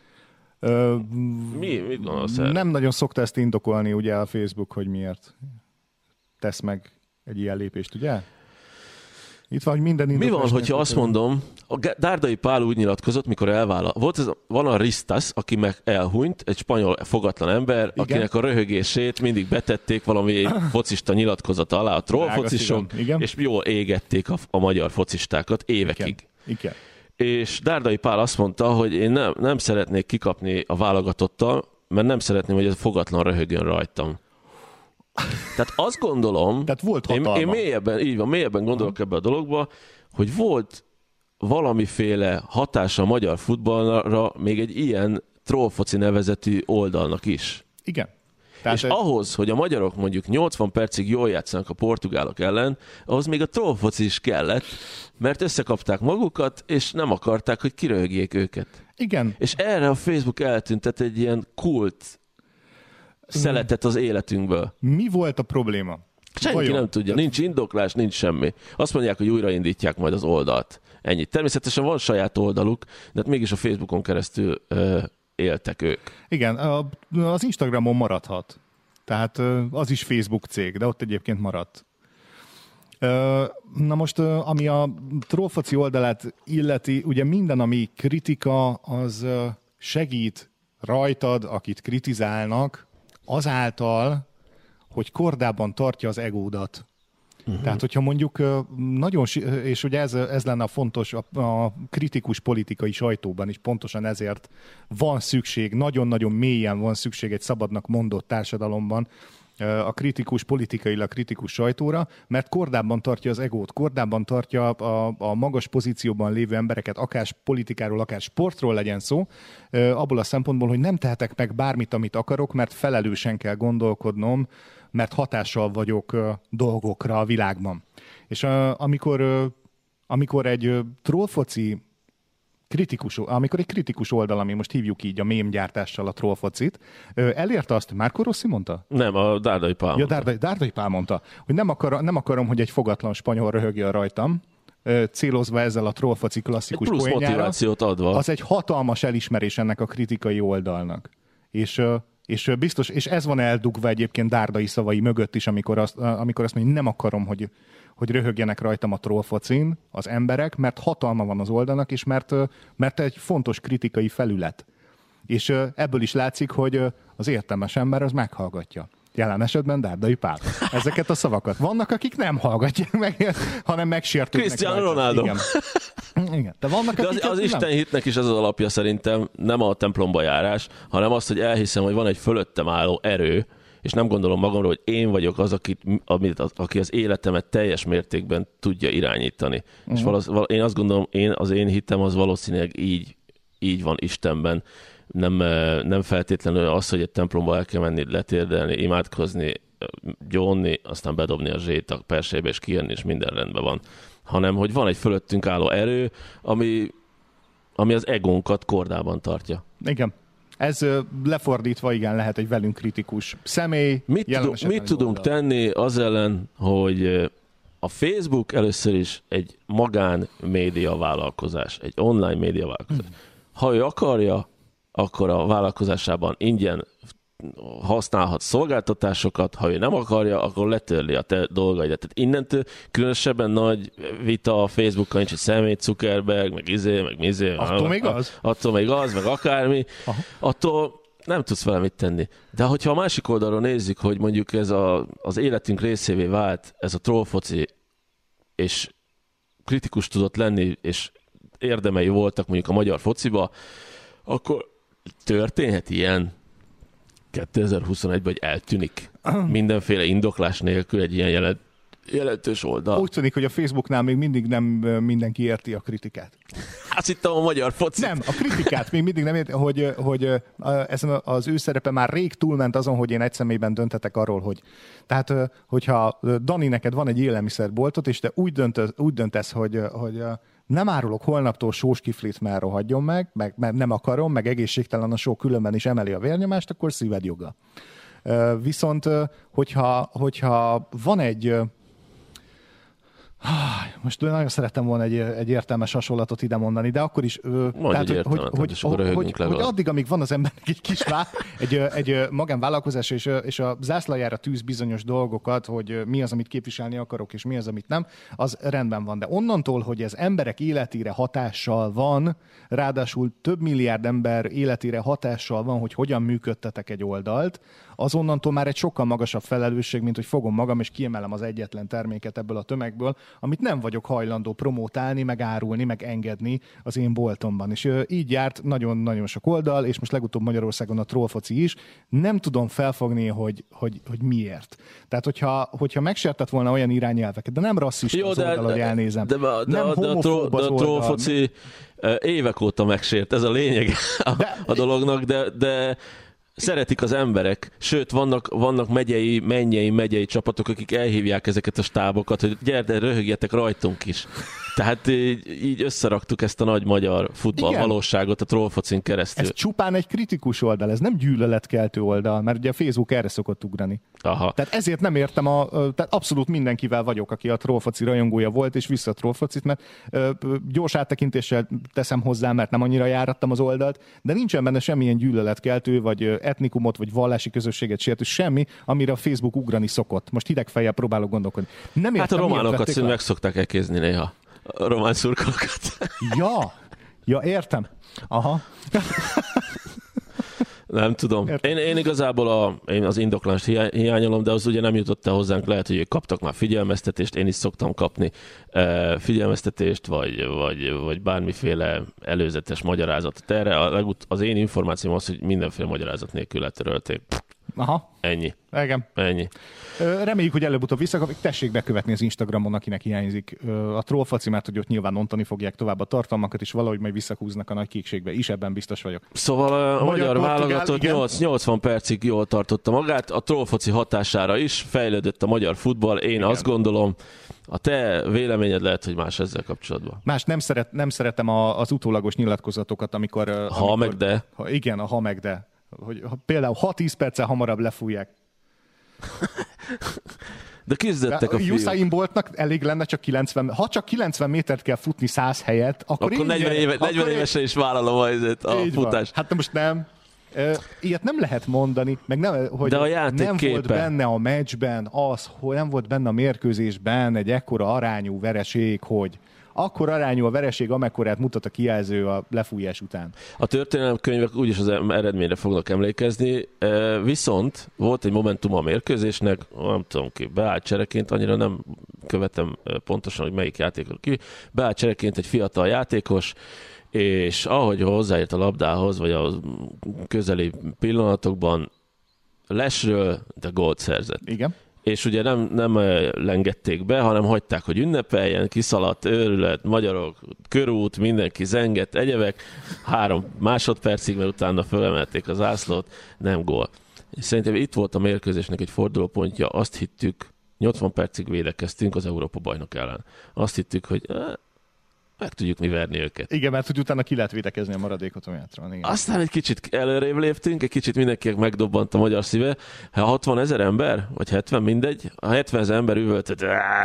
Mit gondolsz el? Nem nagyon szokta ezt indokolni ugye a Facebook, hogy miért tesz meg egy ilyen lépést, ugye? Itt van, hogy minden mi van, hogyha azt mondom, a Dárdai Pál úgy nyilatkozott, mikor van a Ristas, aki meg elhunyt, egy spanyol fogatlan ember, igen, akinek a röhögését mindig betették valami focista nyilatkozata alá a trollfocisok, és jól égették a magyar focistákat évekig. Igen. És Dárdai Pál azt mondta, hogy én nem szeretnék kikapni a válogatottal, mert nem szeretném, hogy ez fogatlan röhögjön rajtam. Tehát azt gondolom, én mélyebben gondolok ebbe a dologba, hogy volt valamiféle hatása a magyar futballra még egy ilyen trollfoci nevezetű oldalnak is. Igen. És ahhoz, hogy a magyarok mondjuk 80 percig jól játszanak a portugálok ellen, ahhoz még a trollfoci is kellett, mert összekapták magukat, és nem akarták, hogy kiröhögjék őket. Igen. És erre a Facebook eltüntet egy ilyen kult szeletet az életünkből. Mi volt a probléma? Senki nem tudja, nincs indoklás, nincs semmi. Azt mondják, hogy újraindítják majd az oldalt. Ennyi. Természetesen van saját oldaluk, de hát mégis a Facebookon keresztül éltek ők. Igen, az Instagramon maradhat. Tehát az is Facebook cég, de ott egyébként maradt. Na most, ami a trollfoci oldalát illeti, ugye minden, ami kritika, az segít rajtad, akit kritizálnak, azáltal, hogy kordában tartja az egódat. Tehát, hogyha mondjuk nagyon, és ugye ez lenne a fontos a kritikus politikai sajtóban is, pontosan ezért van szükség, nagyon-nagyon mélyen van szükség egy szabadnak mondott társadalomban a kritikus, politikailag kritikus sajtóra, mert kordában tartja az egót, kordában tartja a magas pozícióban lévő embereket, akár politikáról, akár sportról legyen szó, abból a szempontból, hogy nem tehetek meg bármit, amit akarok, mert felelősen kell gondolkodnom, mert hatással vagyok dolgokra a világban. És amikor egy trollfoci amikor egy kritikus oldal, ami most hívjuk így a mémgyártással a trollfocit, elérte azt, Márko Rossi mondta? Nem, a Dárdai Pál mondta. Ja, Dárdai Pál mondta, hogy nem akarom, hogy egy fogatlan spanyol röhögjön rajtam, célozva ezzel a trollfoci klasszikus plusz poénjára. Motivációt adva. Az egy hatalmas elismerés ennek a kritikai oldalnak. És biztos, és ez van eldugva egyébként Dárdai szavai mögött is, amikor azt mondja, nem akarom, hogy röhögjenek rajtam a trollfocin az emberek, mert hatalma van az oldalnak, és mert egy fontos kritikai felület. És ebből is látszik, hogy az értelmes ember az meghallgatja. Jelen esetben Dárdai Pál. Ezeket a szavakat. Vannak, akik nem hallgatják meg, hanem megsértődnek. Cristiano Ronaldo. Igen. De vannak, de az Isten hitnek is ez az alapja szerintem, nem a templomba járás, hanem az, hogy elhiszem, hogy van egy fölöttem álló erő, és nem gondolom magamról, hogy én vagyok az, aki az életemet teljes mértékben tudja irányítani. És én azt gondolom, az én hitem az valószínűleg így van Istenben. Nem feltétlenül az, hogy egy templomba el kell menni, letérdelni, imádkozni, gyónni, aztán bedobni a zsét a persébe, és kijönni, és minden rendben van. Hanem, hogy van egy fölöttünk álló erő, ami az egónkat kordában tartja. Igen. Ez lefordítva, igen, lehet egy velünk kritikus személy. Mit tudunk tenni az ellen, hogy a Facebook először is egy magán média vállalkozás, egy online média vállalkozás. Ha ő akarja, akkor a vállalkozásában ingyen használhat szolgáltatásokat, ha ő nem akarja, akkor letörli a te dolgaidat. Tehát innentől különösebben nagy vita a Facebookon nincs, hogy szemét Zuckerberg, meg meg mizé. Attól még az, meg akármi. Aha. Attól nem tudsz vele mit tenni. De hogyha a másik oldalról nézzük, hogy mondjuk ez az életünk részévé vált, ez a trollfoci, és kritikus tudott lenni, és érdemei voltak mondjuk a magyar fociba, akkor történhet ilyen 2021-ben, hogy eltűnik mindenféle indoklás nélkül egy ilyen jelentős oldal. Úgy tűnik, hogy a Facebooknál még mindig nem mindenki érti a kritikát. Azt hittem a magyar focit. Nem, a kritikát még mindig nem érti, hogy ezen az ő szerepe már rég túlment azon, hogy én egy személyben döntetek arról, hogy... Tehát, hogyha Dani, neked van egy élelmiszerboltot, és te úgy döntesz, hogy nem árulok holnaptól sós kiflit, mert rohadjon meg, mert nem akarom, meg egészségtelen a só, különben is emeli a vérnyomást, akkor szíved joga. Viszont, hogyha van egy... Most nagyon szerettem volna egy értelmes hasonlatot ide mondani, de akkor is... Tehát, hogy addig, amíg van az embernek egy kis egy magánvállalkozás, és a zászlajára tűz bizonyos dolgokat, hogy mi az, amit képviselni akarok, és mi az, amit nem, az rendben van. De onnantól, hogy ez emberek életére hatással van, ráadásul több milliárd ember életére hatással van, hogy hogyan működtetek egy oldalt, azonnantól már egy sokkal magasabb felelősség, mint hogy fogom magam, és kiemelem az egyetlen terméket ebből a tömegből, amit nem vagyok hajlandó promótálni, meg árulni, meg engedni az én boltomban. És így járt nagyon-nagyon sok oldal, és most legutóbb Magyarországon a trollfoci is. Nem tudom felfogni, hogy miért. Tehát, hogyha megsértett volna olyan irányelveket, de nem rasszista az oldal, hogy elnézem. De a trollfoci évek óta megsért, ez a lényeg a dolognak, de szeretik az emberek, sőt vannak megyei csapatok, akik elhívják ezeket a stábokat, hogy gyere, röhögjetek rajtunk is. Tehát így összeraktuk ezt a nagy magyar futball valóságot a trollfocin keresztül. Ez csupán egy kritikus oldal, ez nem gyűlöletkeltő oldal, mert ugye a Facebook erre szokott ugrani. Aha. Tehát ezért nem értem, tehát abszolút mindenkivel vagyok, aki a trollfoci rajongója volt, és vissza a trollfocit, mert gyors áttekintéssel teszem hozzá, mert nem annyira járattam az oldalt, de nincsen benne semmilyen gyűlöletkeltő, vagy etnikumot, vagy vallási közösséget sértő, semmi, amire a Facebook ugrani szokott. Most hideg fejjel próbálok gondolkodni. Nem értem, hát a románokat meg szokták elkézni néha. A román szurkolókat. Ja, értem. Aha. Nem tudom. Én igazából én az indoklást hiányolom, de az ugye nem jutott el hozzánk. Lehet, hogy ők kaptak már figyelmeztetést, én is szoktam kapni figyelmeztetést, vagy bármiféle előzetes magyarázatot erre. Az én információm az, hogy mindenféle magyarázat nélkül letörölték. Aha. Ennyi. Igen. Ennyi. Reméljük, hogy előbb-utóbb visszakapjuk. Tessék bekövetni az Instagramon, akinek hiányzik a trollfoci, mert hogy ott nyilván ontani fogják tovább a tartalmakat, és valahogy majd visszahúznak a nagy kékségbe is, ebben biztos vagyok. Szóval a magyar válogatott 80 percig jól tartotta magát, a trollfoci hatására is fejlődött a magyar futball, én azt gondolom. A te véleményed lehet, hogy más ezzel kapcsolatban. Más, nem szeretem az utólagos nyilatkozatokat, amikor... Meg de. Igen, a meg de. Hogy például 6-10 perccel hamarabb lefújják. De küzdöttek a fiúk. Usain Boltnak elég lenne csak 90, ha csak 90 métert kell futni 100 helyet, akkor 40 évesen is vállalom a futást. Hát most nem. Ilyet nem lehet mondani, meg nem, hogy nem volt benne a meccsben hogy nem volt benne a mérkőzésben egy ekkora arányú vereség, hogy akkor arányú a vereség, amekkorát mutat a kijelző a lefújás után. A történelemkönyvek úgyis az eredményre fognak emlékezni, viszont volt egy momentum a mérkőzésnek, nem tudom ki, beállt csereként, annyira nem követem pontosan, hogy melyik játékos ki, beállt csereként egy fiatal játékos, és ahogy hozzáért a labdához, vagy a közeli pillanatokban lesről, de gólt szerzett. Igen. És ugye nem lengették be, hanem hagyták, hogy ünnepeljen, kiszaladt, őrület, magyarok, körút, mindenki zengett, egyebek, 3 másodpercig, mert utána fölemelték az zászlót, nem gól. És szerintem itt volt a mérkőzésnek egy fordulópontja, azt hittük, 80 percig védekeztünk az Európa-bajnok ellen. Azt hittük, hogy meg tudjuk mi verni őket. Igen, mert hogy utána ki lehet védekezni a maradékot a játrán. Aztán egy kicsit előrébb léptünk, egy kicsit mindenkinek megdobbant a magyar szíve. Ha 60 000 ember, vagy 70, mindegy, a 70 000 ember üvöltött,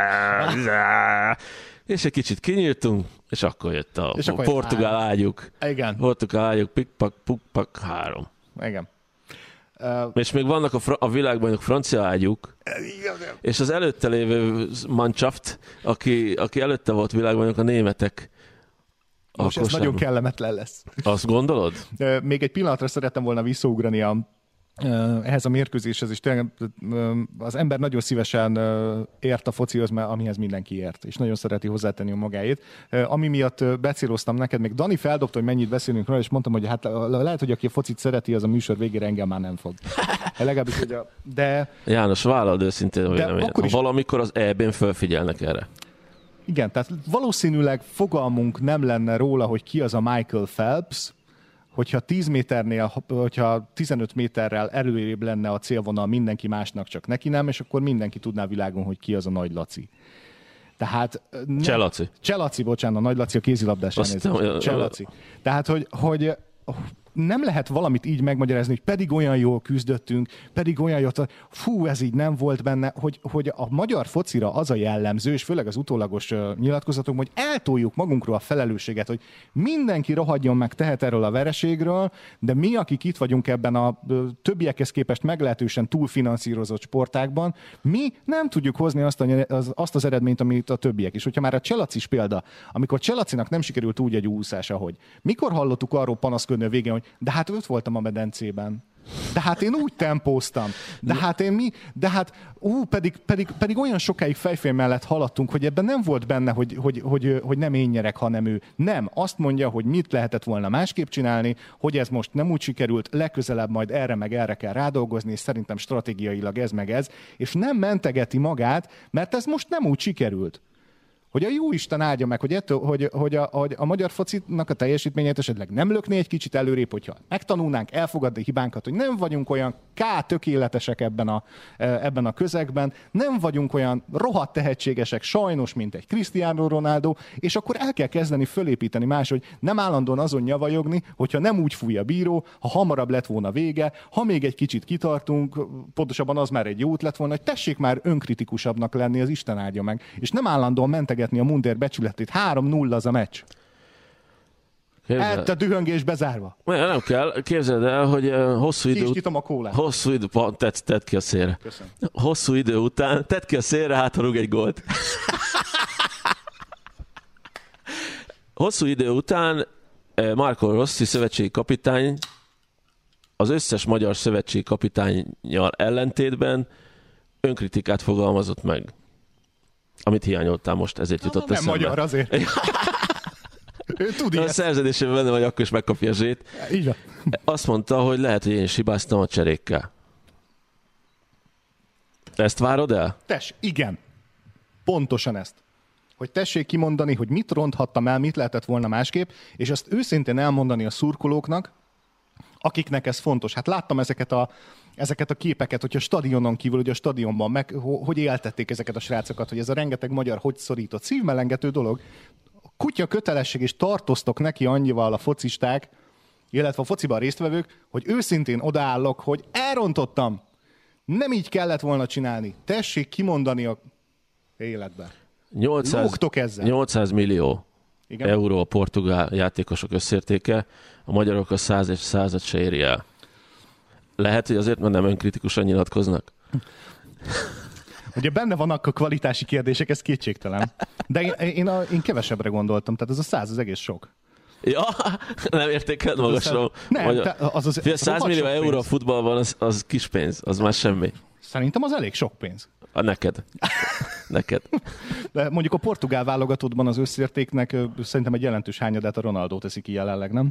és egy kicsit kinyíltunk, és akkor jött a portugál ágyuk. Igen. Portugál ágyuk, pikpak, pukpak, 3. Igen. És még vannak a világbajnok francia ágyuk, és az előtte lévő Mannschaft, aki előtte volt világbajnok, a németek. Most ez nagyon kellemetlen lesz. Azt gondolod? Még egy pillanatra szerettem volna visszaugrani ehhez a mérkőzéshez, és tényleg az ember nagyon szívesen ért a focihoz, amihez mindenki ért, és nagyon szereti hozzátenni a magáét. Ami miatt becéloztam neked, még Dani feldobta, hogy mennyit beszélünk róla, és mondtam, hogy hát lehet, hogy aki a focit szereti, az a műsor végére engem már nem fog. Legalábbis, de... János, vállald őszintén a véleményet. Ha valamikor az EB-n felfigyelnek erre. Igen, tehát valószínűleg fogalmunk nem lenne róla, hogy ki az a Michael Phelps, hogyha 10 méternél, hogyha 15 méterrel előrébb lenne a célvonal mindenki másnak, csak neki nem, és akkor mindenki tudná világon, hogy ki az a Nagy Laci. Tehát... Cselaci, bocsánat, a Nagy Laci, a kézilabdás elnézést. Cselaci. Tehát, hogy nem lehet valamit így megmagyarázni, hogy pedig olyan jól küzdöttünk, pedig olyan jól, fú, ez így nem volt benne, hogy a magyar focira az a jellemző, és főleg az utólagos nyilatkozatok, hogy eltoljuk magunkról a felelősséget, hogy mindenki rohadjon meg, tehet erről a vereségről, de mi, akik itt vagyunk ebben a többiekhez képest meglehetősen túlfinanszírozott sportágban, mi nem tudjuk hozni azt az eredményt, amit a többiek is. Hogyha már a Cselacis példa, amikor Cselacinak nem sikerült úgy egy úszás, ahogy. Mikor hallottuk arról panaszkodni a végén, hogy de hát ott voltam a medencében. De hát én úgy tempóztam. Pedig olyan sokáig fejfém mellett haladtunk, hogy ebben nem volt benne, hogy nem én nyerek, hanem ő. Nem. Azt mondja, hogy mit lehetett volna másképp csinálni, hogy ez most nem úgy sikerült, legközelebb majd erre meg erre kell rádolgozni, és szerintem stratégiailag ez meg ez, és nem mentegeti magát, mert ez most nem úgy sikerült. hogy a jóisten áldja meg, hogy a magyar focinak a teljesítményét esetleg nem lökné egy kicsit előrébb, hogyha megtanulnánk elfogadni hibánkat, hogy nem vagyunk olyan tökéletesek ebben a közegben, nem vagyunk olyan rohadt tehetségesek sajnos, mint egy Cristiano Ronaldo, és akkor el kell kezdeni fölépíteni máshogy, nem állandóan azon nyavajogni, hogyha nem úgy fúj a bíró, ha hamarabb lett volna vége, ha még egy kicsit kitartunk, pontosabban az már egy jó út lett volna, hogy tessék már önkritikusabbnak lenni, az Isten áldja meg, és nem állandóan mentegetni a Mundér becsületét. 3-0 az a meccs. A dühöngés bezárva. Nem kell. Képzeld el, hogy hosszú idő után... Tedd ki a szélre. Köszönöm. Hosszú idő után tedd ki a szélre, hát rúg egy gólt. Hosszú idő után Marco Rossi szövetségi kapitány az összes magyar szövetségi kapitánnyal ellentétben önkritikát fogalmazott meg. Amit hiányoltál most, ezért jutott eszembe. Nem magyar azért. Ő tud a szerződésében benne vagy, akkor is megkapja zsét. Így van. Azt mondta, hogy lehet, hogy én is hibáztam a cserékkel. Ezt várod el? Igen. Pontosan ezt. Hogy tessék kimondani, hogy mit ronthattam el, mit lehetett volna másképp, és azt őszintén elmondani a szurkolóknak, akiknek ez fontos. Hát láttam ezeket a képeket, hogy a stadionon kívül, hogy a stadionban hogy éltették ezeket a srácokat, hogy ez a rengeteg magyar hogy szorított. Szívmelengető dolog. Kutya kötelesség, és tartoztok neki annyival a focisták, illetve a fociban résztvevők, hogy őszintén odaállok, hogy elrontottam. Nem így kellett volna csinálni. Tessék kimondani a életbe. 800 millió igen? euró a portugál játékosok összértéke, a magyarok a 100 se éri el. Lehet, hogy azért, mert nem önkritikusan nyilatkoznak? Ugye benne vannak a kvalitási kérdések, ez kétségtelen. De én kevesebbre gondoltam, tehát ez a 100 az egész sok. Ja, nem értékeled magasról. Nem, 100 millió euró a futballban, az kis pénz, az már semmi. Szerintem az elég sok pénz. Neked. De mondjuk a portugál válogatottban az összértéknek szerintem egy jelentős hányadát a Ronaldo teszi ki jelenleg, nem?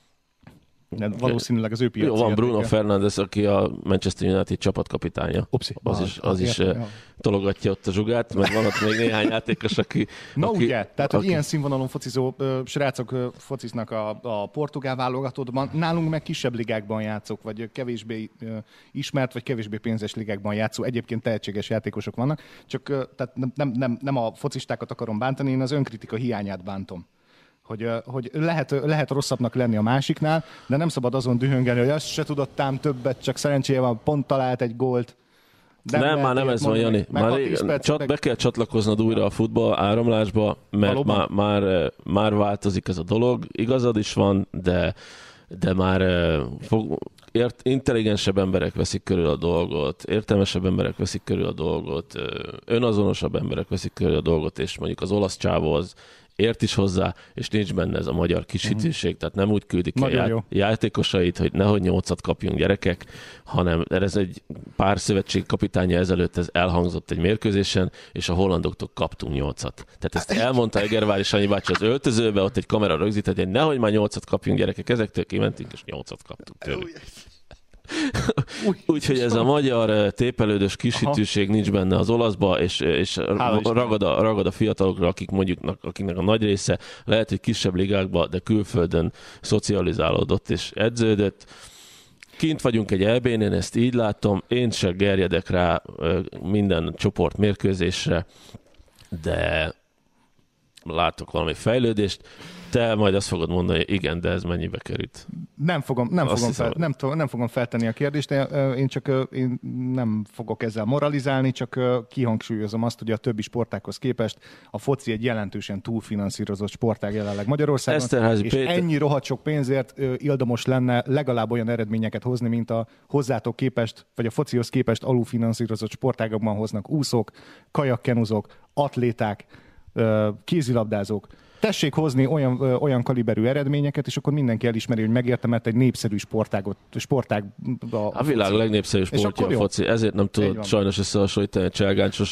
De valószínűleg az ő piaci van Bruno Fernandes, aki a Manchester United csapatkapitánya. Az is tologatja ott a zsugát, mert van ott még néhány játékos, aki... Ugye, tehát hogy ilyen színvonalon focizó srácok fociznak a portugál válogatottban, nálunk meg kisebb ligákban játszók, vagy kevésbé ismert, vagy kevésbé pénzes ligákban játszó, egyébként tehetséges játékosok vannak, csak tehát nem a focistákat akarom bántani, én az önkritika hiányát bántom. Hogy lehet rosszabbnak lenni a másiknál, de nem szabad azon dühöngeni, hogy azt se tudottam többet, csak szerencsével pont talált egy gólt. Nem ez van, Jani. Be kell csatlakoznod újra a futball áramlásba, mert már változik ez a dolog. Igazad is van, de már intelligensebb emberek veszik körül a dolgot, értelmesebb emberek veszik körül a dolgot, önazonosabb emberek veszik körül a dolgot, és mondjuk az olasz csávó az ért is hozzá, és nincs benne ez a magyar kishitűség, tehát nem úgy küldik a játékosait, hogy nehogy 8-at kapjunk gyerekek, hanem ez egy pár szövetség kapitánya ezelőtt ez elhangzott egy mérkőzésen, és a hollandoktól kaptunk 8-at. Tehát ezt elmondta Egervári Sanyi bácsi az öltözőbe, ott egy kamera rögzített, hogy nehogy már 8-at kapjunk gyerekek, ezektől kimentünk, és 8-at kaptunk tőlük. Úgyhogy ez a magyar tépelődös kishitűség nincs benne az olaszba, és ragad a fiatalokra, akiknek a nagy része lehet, hogy kisebb ligákban, de külföldön szocializálódott és edződött. Kint vagyunk egy EB-n, én ezt így látom, én se gerjedek rá minden csoport mérkőzésre, de látok valami fejlődést. Te majd azt fogod mondani, hogy igen, de ez mennyibe került? Nem fogom feltenni a kérdést, én nem fogok ezzel moralizálni, csak kihangsúlyozom azt, hogy a többi sportághoz képest a foci egy jelentősen túlfinanszírozott sportág jelenleg Magyarországon, és ennyi rohadt sok pénzért ildomos lenne legalább olyan eredményeket hozni, mint a hozzátok képest, vagy a focihoz képest alulfinanszírozott sportágokban hoznak úszók, kajakkenuzók, atléták, kézilabdázók. Tessék hozni olyan kaliberű eredményeket, és akkor mindenki elismeri, hogy megértemelt egy népszerű sportág. A világ legnépszerűbb sportja a foci. Ezért nem tudod sajnos összehasonlítani a Cselgáncsos,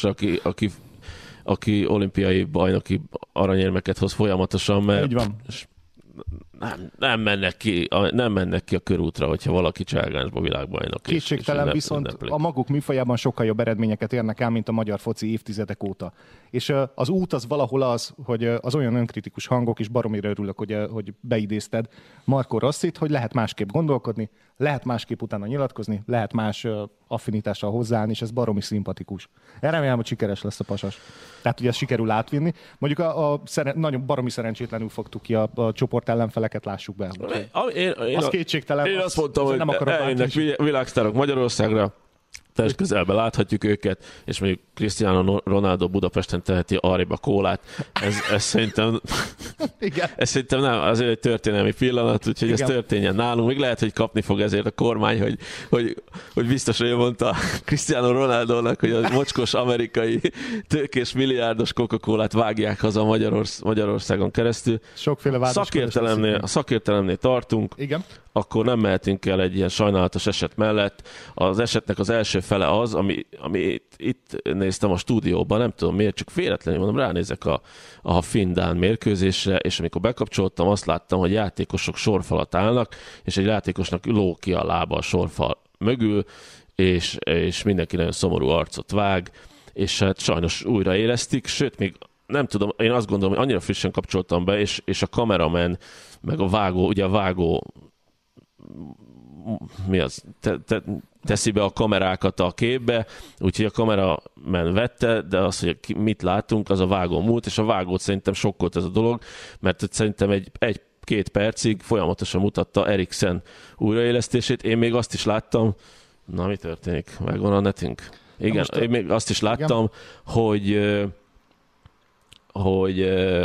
aki olimpiai bajnoki aranyérmeket hoz folyamatosan, mert nem mennek ki a körútra, hogyha valaki cselgánsba világbajnok. Kétségtelen, viszont a maguk műfajában sokkal jobb eredményeket érnek el, mint a magyar foci évtizedek óta. És az út az valahol az, hogy az olyan önkritikus hangok, és baromira örülök, hogy beidézted Marco Rossit, hogy lehet másképp gondolkodni, lehet másképp utána nyilatkozni, lehet más affinitással hozzáállni, és ez baromi szimpatikus. Remélem, hogy sikeres lesz a pasas. Tehát, hogy ezt sikerül átvinni. Mondjuk nagyon baromi szerencsétlenül fogtuk ki a csoport ellenfeleket, lássuk be. Az kétségtelen. Én azt mondtam, hogy eljönnek világsztárok Magyarországra, test közelben láthatjuk őket, és mondjuk Cristiano Ronaldo Budapesten teheti arrébb a kólát. Ez szerintem ez szerintem nem, azért egy történelmi pillanat, úgyhogy ez történjen nálunk. Még lehet, hogy kapni fog ezért a kormány, hogy biztosan mondta Cristiano Ronaldónak, hogy a mocskos amerikai tőkés milliárdos Coca-Colát vágják haza Magyarországon keresztül. Sokféle szakértelemnél tartunk. Igen. Akkor nem mehetünk el egy ilyen sajnálatos eset mellett. Az esetnek az első fele az, ami itt néztem a stúdióban, nem tudom miért, csak véletlenül mondom, ránézek a finn-dán mérkőzésre, és amikor bekapcsoltam, azt láttam, hogy játékosok sorfalat állnak, és egy játékosnak ló ki a lába a sorfal mögül, és mindenki nagyon szomorú arcot vág, és hát sajnos újraélesztik, sőt, még nem tudom, én azt gondolom, hogy annyira frissen kapcsoltam be, és a kameraman, meg a vágó, ugye a vágó mi az? Teszi be a kamerákat a képbe, úgyhogy a kameraman vette, de az, hogy mit látunk, az a vágó múlt, és a vágót szerintem sokkolt ez a dolog, mert szerintem egy-két percig folyamatosan mutatta Eriksen újraélesztését. Én még azt is láttam, na mi történik? Megvan a netünk? Igen, én még azt is láttam, igen, hogy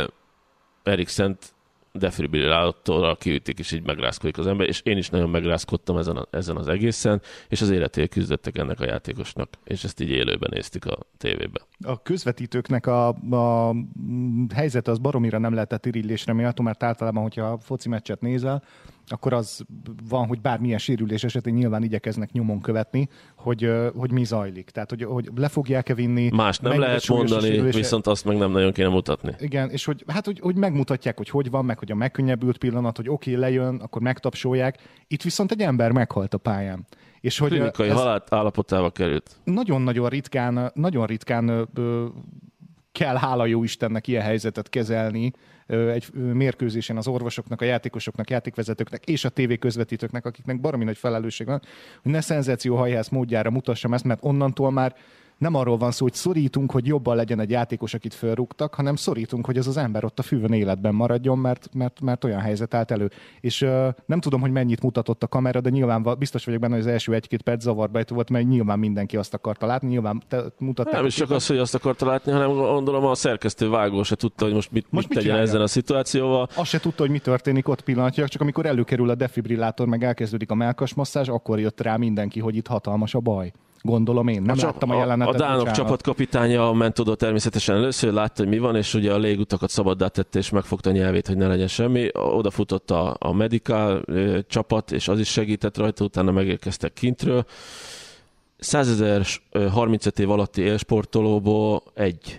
Eriksent defibrillátorral kiütik, és így megrázkodik az ember, és én is nagyon megrázkodtam ezen az egészen, és az életéért küzdöttek ennek a játékosnak, és ezt így élőben néztük a tévében. A közvetítőknek a helyzete az baromira nem lehetett irigylésre méltó, mert általában, hogyha a foci meccset nézel, akkor az van, hogy bármilyen sérülés esetén nyilván igyekeznek nyomon követni, hogy mi zajlik. Tehát, hogy le fogják-e vinni. Más nem lehet mondani, viszont azt meg nem nagyon kéne mutatni. Igen, és hogy megmutatják, hogy van, meg hogy a megkönnyebbült pillanat, hogy oké, lejön, akkor megtapsolják. Itt viszont egy ember meghalt a pályán. És hogy klinikai halál állapotába került. Nagyon ritkán kell, hála jó Istennek, ilyen helyzetet kezelni egy mérkőzésen az orvosoknak, a játékosoknak, játékvezetőknek és a tévéközvetítőknek, akiknek baromi nagy felelősség van, hogy ne szenzációhajhász módjára mutassam ezt, mert onnantól már nem arról van szó, hogy szorítunk, hogy jobban legyen egy játékos, akit fölrúgtak, hanem szorítunk, hogy az az ember ott a füvön életben maradjon, mert olyan helyzet állt elő. És nem tudom, hogy mennyit mutatott a kamera, de nyilván biztos vagyok benne, hogy az első 1-2 perc zavarba ejtő volt, mert nyilván mindenki azt akarta látni, nyilván mutatták. Nem is csak az, hogy azt akarta látni, hanem gondolom a szerkesztő vágó se tudta, hogy most mit tegyen ezzel a szituációval. Azt se tudta, hogy mi történik ott pillanatnyilag, csak amikor előkerül a defibrillátor, meg elkezdődik a mellkasmasszázs, akkor jött rá mindenki, hogy itt hatalmas a baj. Gondolom én. Nem láttam a jelenetet. A dánok csapatkapitánya ment oda természetesen először, látta, hogy mi van, és ugye a légutakat szabaddá tette, és megfogta a nyelvét, hogy ne legyen semmi. Oda futott a medical csapat, és az is segített rajta, utána megérkeztek kintről. 100 000 35 év alatti élsportolóból egy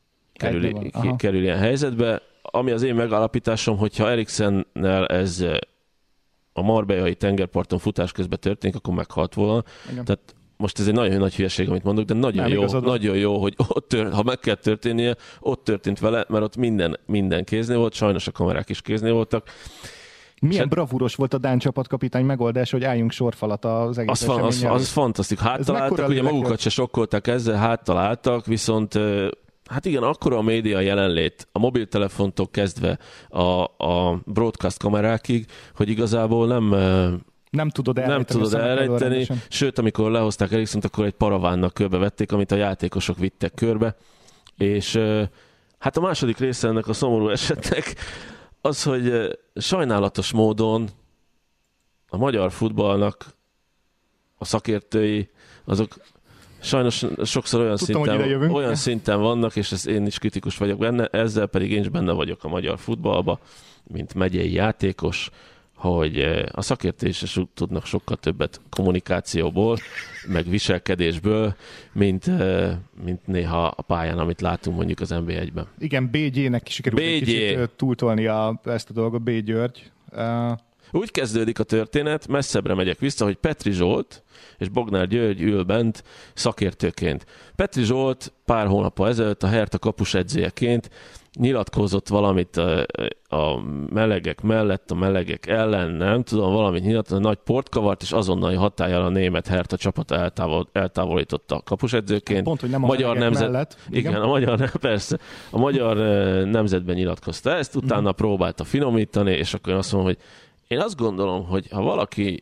kerül ilyen helyzetbe. Ami az én megállapításom, hogyha Eriksennel ez a marbellai tengerparton futás közben történik, akkor meghalt volna. Igen. Tehát most ez egy nagyon nagy hülyeség, amit mondok, de nagyon jó, hogy ott ha meg kell történnie, ott történt vele, mert ott minden kéznél volt, sajnos a kamerák is kéznél voltak. Milyen bravúros volt a dán csapatkapitány megoldás, hogy álljunk sorfalat az egész eseményen. Az fantasztik. Háttaláltak, ugye magukat se sokkolták ezzel, háttaláltak, viszont hát igen, akkora a média jelenlét, a mobiltelefontól kezdve a broadcast kamerákig, hogy igazából nem tudod elrejteni, sőt, amikor lehozták Eriksent, akkor egy paravánnak körbevették, amit a játékosok vittek körbe, és hát a második része ennek a szomorú esetnek az, hogy sajnálatos módon a magyar futballnak a szakértői, azok sajnos sokszor olyan szinten vannak, és én is kritikus vagyok benne, ezzel pedig én is benne vagyok a magyar futballba, mint megyei játékos, hogy a szakértések tudnak sokkal többet kommunikációból, meg viselkedésből, mint néha a pályán, amit látunk mondjuk az NB1-ben. Igen, BG-nek sikerült egy kicsit túltolni ezt a dolgot, B. György. Úgy kezdődik a történet, messzebbre megyek vissza, hogy Petri Zsolt és Bognár György ül bent szakértőként. Petri Zsolt pár hónappal ezelőtt a Hertha kapusedzőjeként nyilatkozott valamit a melegek mellett, a melegek ellen, nem tudom, valamit nyilatkozott, nagy port kavart, és azonnali hatállyal a német Hertha csapata eltávolította a kapusedzőként. Pont, hogy nem a magyar nemzet mellett. Igen, persze. A magyar nemzetben nyilatkozta ezt, utána próbálta finomítani, és akkor én azt mondom, hogy én azt gondolom, hogy ha valaki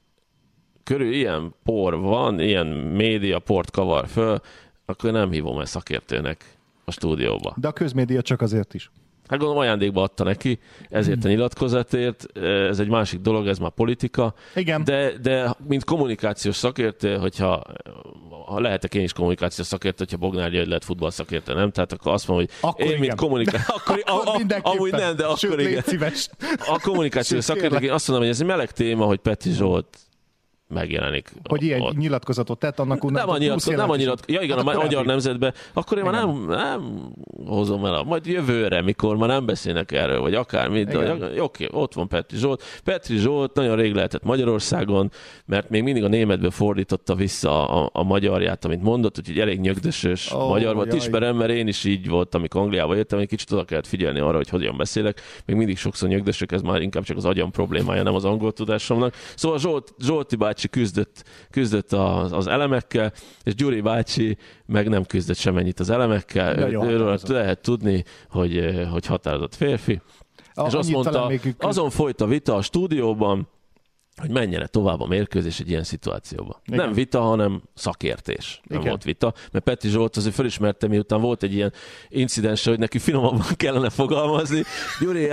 körül ilyen por van, ilyen média port kavar föl, akkor nem hívom el szakértőnek a stúdióba. De a közmédia csak azért is. Hát gondolom ajándékba adta neki, ezért a nyilatkozatért, ez egy másik dolog, ez már politika. Igen. De mint kommunikációs szakértő, hogyha lehetek én is kommunikációs szakértő, hogyha Bognár György lett futballszakértő, nem? Tehát akkor azt mondom, hogy akkor én igen. mint kommunikációs... amúgy nem, de akkor igen. A kommunikációs szakértő, én azt mondom, hogy ez egy meleg téma, hogy Petri Zsolt megjelenik. Hogy ilyen nyilatkozatot tett, annak nem a nyilatkozat. Ja igen, hát a magyar nemzetben, akkor én már nem hozom el. Majd jövőre, mikor már nem beszélnek erről, vagy akármit. Oké, ott van Petri Zsolt. Petri Zsolt nagyon rég lehetett Magyarországon, mert még mindig a németbe fordította vissza a magyarját, amit mondott, úgyhogy elég nyögdösös magyar volt. Ismerem, mert én is így voltam, amikor Angliába jöttem, egy kicsit oda kellett figyelni arra, hogy hogyan beszélek. Még mindig sokszor nyögdösök, ez már inkább csak az agyam problémája, nem az angol tudásomnak. Szóval Zsolti bácsi küzdött az elemekkel, és Gyuri bácsi meg nem küzdött semennyit az elemekkel. Őről lehet tudni, hogy határozott férfi. És azt mondta, azon folyt a vita a stúdióban, hogy menjen tovább a mérkőzés egy ilyen szituációban. Igen. Nem vita, hanem szakértés. Nem volt vita, mert Petri Zsolt azért felismerte, miután volt egy ilyen incidens, hogy neki finomabban kellene fogalmazni. Gyuri,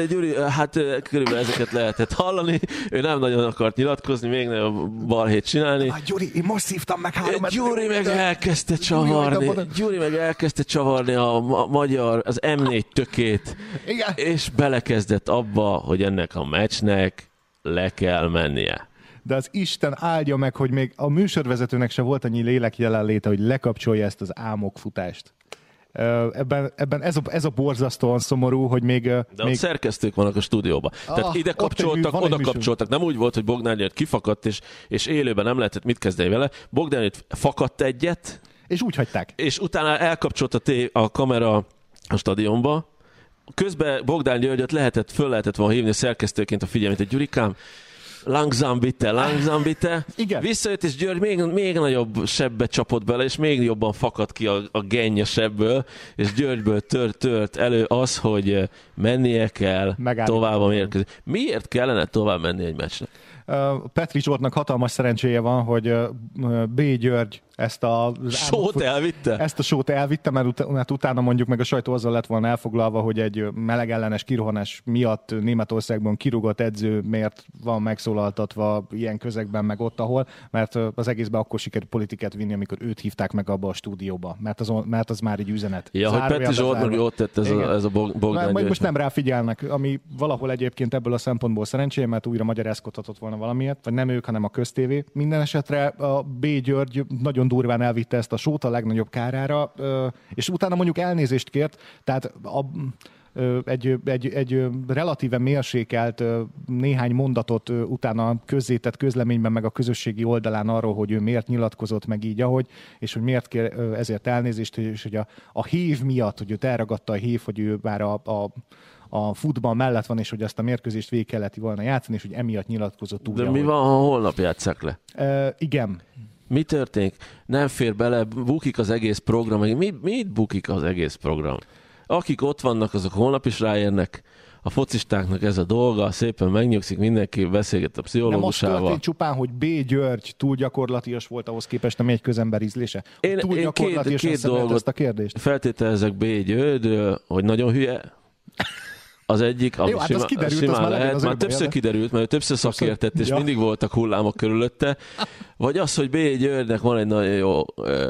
körülbelül ezeket lehetett hallani, ő nem nagyon akart nyilatkozni, még nagyobb balhét csinálni. Gyuri, én most szívtam meg 3 Gyuri meg elkezdte csavarni a magyar, az M4 tökét, igen. És belekezdett abba, hogy ennek a meccsnek le kell mennie. De az Isten áldja meg, hogy még a műsorvezetőnek se volt annyi lélek jelenléte, hogy lekapcsolja ezt az álmokfutást. Ebben ez a borzasztóan szomorú, hogy még... De ott szerkesztők vannak a stúdióban. Tehát ide kapcsoltak, oda kapcsoltak. Nem úgy volt, hogy Bognár György kifakadt, és élőben nem lehetett mit kezdeni vele. Bognár György fakadt egyet. És úgy hagyták. És utána elkapcsolt a kamera a stadionba. Közben Bogdán Györgyöt föl lehetett volna hívni szerkesztőként a figyelmét, hogy Gyurikám, langsam bitte. Igen. Visszajött, és György még nagyobb sebbe csapott bele, és még jobban fakadt ki a genny a sebből, és Györgyből tört elő az, hogy mennie kell tovább a mérkőzés. Miért kellene tovább menni egy meccsnek? Petri Zsoltnak hatalmas szerencséje van, hogy B. György ezt a sót elvitte, mert utána mondjuk meg a sajtó azzal lett volna elfoglalva, hogy egy melegellenes kirohanás miatt Németországban kirúgott edző miért van megszólaltatva ilyen közegben, meg ott, ahol, mert az egészben akkor sikerült politikát vinni, amikor őt hívták meg abba a stúdióba, mert az már egy üzenet. Ja, hogy Petri Zsolt meg jót tett ez a Bogdán György. Most nem ráfigyelnek, ami valahol egyébként ebből a szempontból szerencsé, mert újra magyarázkodhatott volna valamiért, vagy nem ők, hanem a köztévé. Minden esetre a B. György nagyon durván elvitte ezt a sót a legnagyobb kárára, és utána mondjuk elnézést kért, tehát egy relatíve mérsékelt néhány mondatot utána közzétett közleményben, meg a közösségi oldalán arról, hogy ő miért nyilatkozott meg így, ahogy, és hogy miért kér ezért elnézést, és hogy a hív miatt, hogy őt elragadta a hív, hogy ő már a futball mellett van, és hogy ezt a mérkőzést végig kellett volna játszani, és hogy emiatt nyilatkozott úgy. De mi van, ha holnap játsszák le? Igen. Mi történik? Nem fér bele, bukik az egész program. Mit bukik az egész program? Akik ott vannak, azok holnap is ráérnek. A focistáknak ez a dolga, szépen megnyugszik, mindenki beszélget a pszichológusával. Nem az történt csupán, hogy B. György túl gyakorlatias volt ahhoz képest, ami egy közember ízlése? Túl gyakorlatiasan szemlélt ezt a kérdést? Feltételezek B. György, hogy nagyon hülye. Az egyik, ami simán lehet, már többször kiderült, mert ő többször szakértett, és mindig voltak hullámok körülötte. Vagy az, hogy B. Györgynek van egy nagyon jó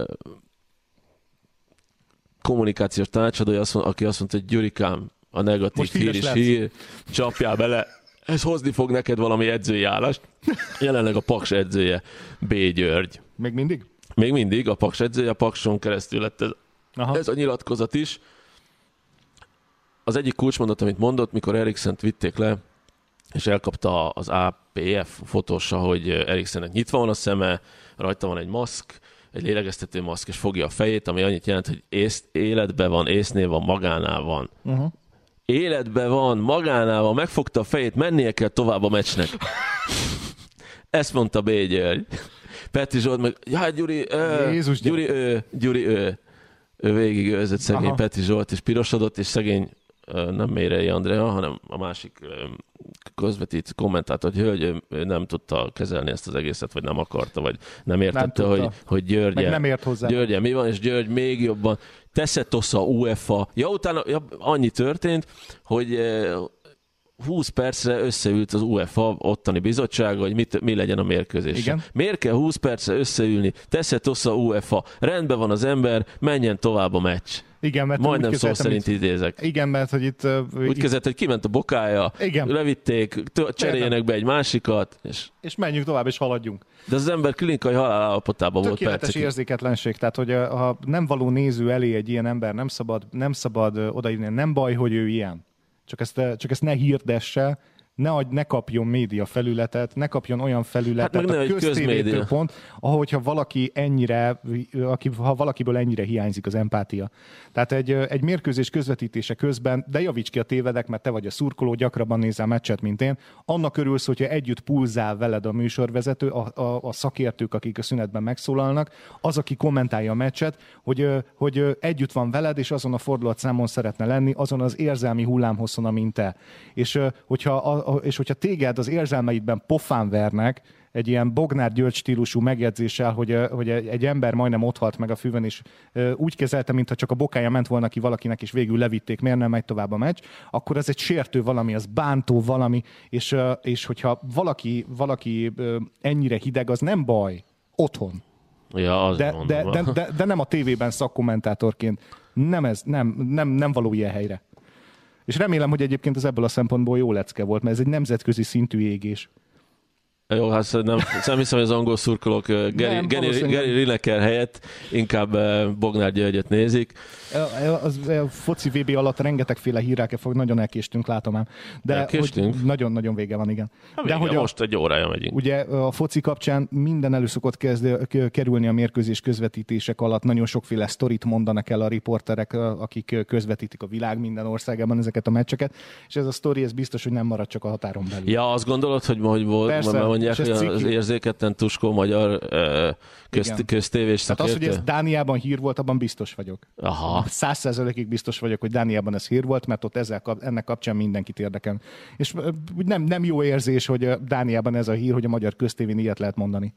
kommunikációs tanácsadója, aki azt mondta, hogy Gyurikám, a negatív hír is hír, csapjál bele, ez hozni fog neked valami edzői állást. Jelenleg a Paks edzője B. György. Még mindig? Még mindig, a Paks edzője, a Pakson keresztül lett ez a nyilatkozat is. Az egyik kulcsmondat, amit mondott, mikor Eriksent vitték le és elkapta az APF fotósa, hogy Eriksennek nyitva van a szeme, rajta van egy maszk, egy lélegeztető maszk, és fogja a fejét, ami annyit jelent, hogy életben van, észnél van, magánál van. Életben van, magánál van, megfogta a fejét, mennie kell tovább a meccsnek. Ezt mondta B. György. Petri Zsolt meg, Gyuri, Gyuri, ő végig őzött szegény Petri Zsolt, és pirosodott, és szegény nem Mérei Andrea, hanem a másik közvetít kommentátor, hogy hölgy, ő nem tudta kezelni ezt az egészet, vagy nem akarta, vagy nem értette, hogy Györgye mi van, és György még jobban teszetosza UEFA. Utána annyi történt, hogy 20 percre összeült az UEFA ottani bizottsága, hogy mi legyen a mérkőzés. Miért kell 20 percre összeülni? Teszetosza UEFA. Rendben van az ember, menjen tovább a meccs. Igen, mert majdnem szó szerint idézek. Igen, mert hogy itt... Úgy kezdett, hogy kiment a bokája, levitték, cseréljenek be egy másikat, és menjünk tovább, és haladjunk. De az ember klinikai halál állapotában volt percekig. Tökéletes érzéketlenség, tehát hogy ha nem való néző elé egy ilyen ember, nem szabad odaírni, nem baj, hogy ő ilyen. Csak ezt ne hirdesse, ne kapjon média felületet, ne kapjon olyan felületet a köztévétől pont, ahogyha ha valakiből ennyire hiányzik az empátia. Tehát egy mérkőzés közvetítése közben, de javíts ki a tévedek, mert te vagy a szurkoló, gyakrabban nézel meccset, mint én, annak örülsz, hogyha együtt pulzál veled a műsorvezető, a szakértők, akik a szünetben megszólalnak, az, aki kommentálja a meccset, hogy együtt van veled, és azon a fordulatszámon szeretne lenni, azon az érzelmi hullámhosszon, amint te. És hogyha téged az érzelmeidben pofán vernek, egy ilyen Bognár György stílusú megjegyzéssel, hogy egy ember majdnem ott halt meg a füvön, és úgy kezelte, mintha csak a bokája ment volna ki valakinek, és végül levitték, miért nem megy tovább a meccs, akkor ez egy sértő valami, az bántó valami, és hogyha valaki ennyire hideg, az nem baj. Otthon. Ja, de nem a tévében szakkommentátorként. Nem való ilyen helyre. És remélem, hogy egyébként ez ebből a szempontból jó lecke volt, mert ez egy nemzetközi szintű égés. Jó, hát nem hiszem, hogy az angol szurkolók Gary Lineker helyett inkább Bognár Györgyöt nézik. A foci VB alatt rengetegféle hírrel fog, nagyon elkéstünk, látom ám. De nagyon-nagyon vége van, igen. De hogy most egy órája megyünk. Ugye a foci kapcsán minden elő szokott kerülni a mérkőzés közvetítések alatt. Nagyon sokféle sztorit mondanak el a riporterek, akik közvetítik a világ minden országában ezeket a meccseket, és ez a sztori, ez biztos, hogy nem marad csak a határon belül. Ja, azt gondolod, hogy mondják, hogy az érzéketlen tuskó magyar köztévés szakértő? Tehát az, hogy ez Dániában hír volt, abban biztos vagyok. Aha. 100%-ig biztos vagyok, hogy Dániában ez hír volt, mert ott ennek kapcsán mindenkit érdekel. És nem jó érzés, hogy Dániában ez a hír, hogy a magyar köztévén ilyet lehet mondani.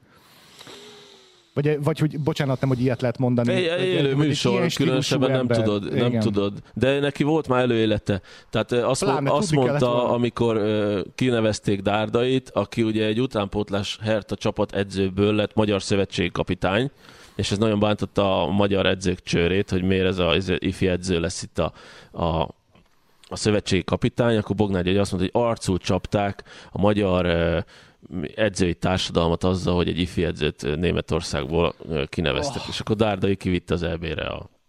Vagy hogy, bocsánat, nem, hogy ilyet lehet mondani. Élő műsor, különösebben nem tudod. De neki volt már előélete. Tehát azt mondta, amikor kinevezték Dárdait, aki ugye egy utánpótlás Hertha csapat edzőből lett magyar szövetségi kapitány, és ez nagyon bántotta a magyar edzők csőrét, hogy miért ez az ifi edző lesz itt a szövetségi kapitány, akkor Bognár György azt mondta, hogy arcul csapták a magyar edzői társadalmat azzal, hogy egy ifi edzőt Németországból kineveztek, és akkor Dárdai kivitte az EB-re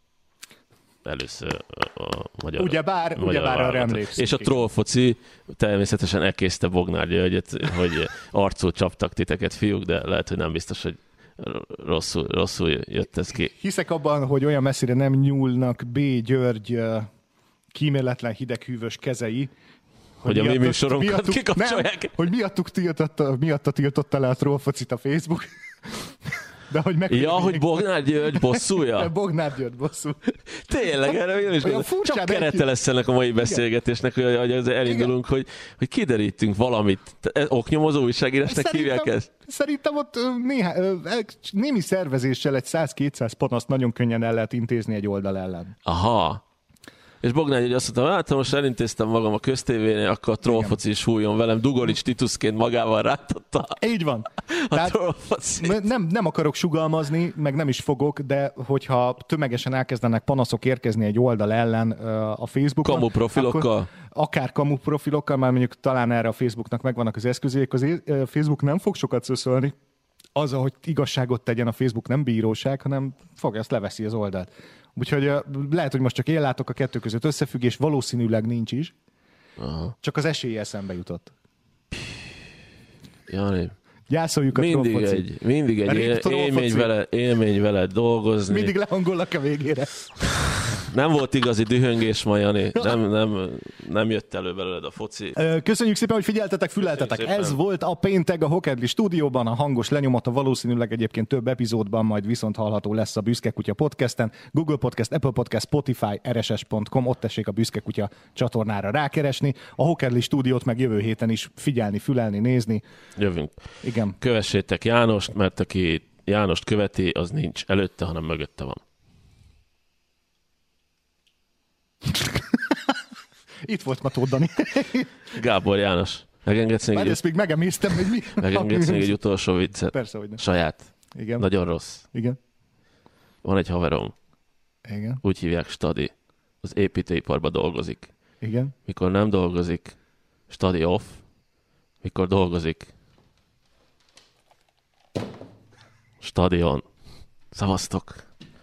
először a magyar. Ugyebár arra emlékszik. És a trollfoci természetesen elkészte Bognár Györgyet, hogy arcul csaptak titeket, fiúk, de lehet, hogy nem biztos, hogy rosszul jött ez ki. Hiszek abban, hogy olyan messzire nem nyúlnak B. György kíméletlen hideghűvös kezei, hogy a mi műsorunkat kikapcsolják. Nem, hogy miatta tiltotta le a trollfocit a Facebook. De hogy hogy Bognár György bosszúja? Bognár György bosszú. Tényleg, erre én is gondolom. Csak kerete lesz ennek a mai beszélgetésnek, hogy elindulunk, hogy kiderítünk valamit. Oknyomozó újságírásnak hívják ezt? Szerintem ott némi szervezéssel egy 100-200 panaszt nagyon könnyen el lehet intézni egy oldal ellen. Aha. És Bognár György azt mondta, hát ha most elintéztem magam a köztévénél, akkor a trollfoci is hújjon velem. Dugorics Titusként magával rátotta. Így van. Nem akarok sugalmazni, meg nem is fogok, de hogyha tömegesen elkezdenek panaszok érkezni egy oldal ellen a Facebookon. Kamu profilokkal? Akár kamu profilokkal, már mondjuk talán erre a Facebooknak megvannak az eszközék. Az Facebook nem fog sokat szöszölni. Azzal, hogy igazságot tegyen a Facebook, nem bíróság, hanem ezt leveszi az oldalt. Úgyhogy lehet, hogy most csak én látok a kettő között összefüggés, valószínűleg nincs is. Aha. Csak az esélye eszembe jutott. Jani. Gyászoljuk a trollfoci. Mindig egy élmény vele dolgozni. Mindig lehangollak a végére. Nem volt igazi dühöngés ma, Jani. Nem jött elő belőled a foci. Köszönjük szépen, hogy figyeltetek, füleltetek. Ez volt a Péntek a Hokedli stúdióban. A hangos lenyomata valószínűleg egyébként több epizódban majd viszont hallható lesz a Büszke Kutya podcasten. Google Podcast, Apple Podcast, Spotify, rss.com. Ott tessék a Büszke Kutya csatornára rákeresni. A Hokedli stúdiót meg jövő héten is figyelni, fülelni, nézni. Jövünk. Igen. Kövessétek Jánost, mert aki Jánost követi, az nincs előtte, hanem mögötte van. Itt volt ma Tóth Dani. Gábor János. Megengedsz még, ezt még megemésztem, hogy mi? Megengedsz még egy utolsó viccet? Persze, hogy nem. Saját. Igen. Nagyon rossz. Igen. Van egy haverom. Igen. Úgy hívják Stadi. Az építőiparban dolgozik. Igen. Mikor nem dolgozik, Stadi off. Mikor dolgozik, stadion. Szavaztok.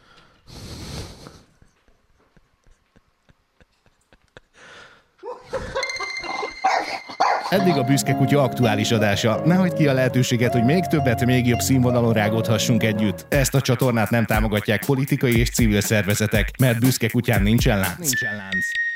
Eddig a Büszke Kutya aktuális adása. Ne hagyd ki a lehetőséget, hogy még többet, még jobb színvonalon rágódhassunk együtt. Ezt a csatornát nem támogatják politikai és civil szervezetek, mert Büszke Kutyán nincsen lánc.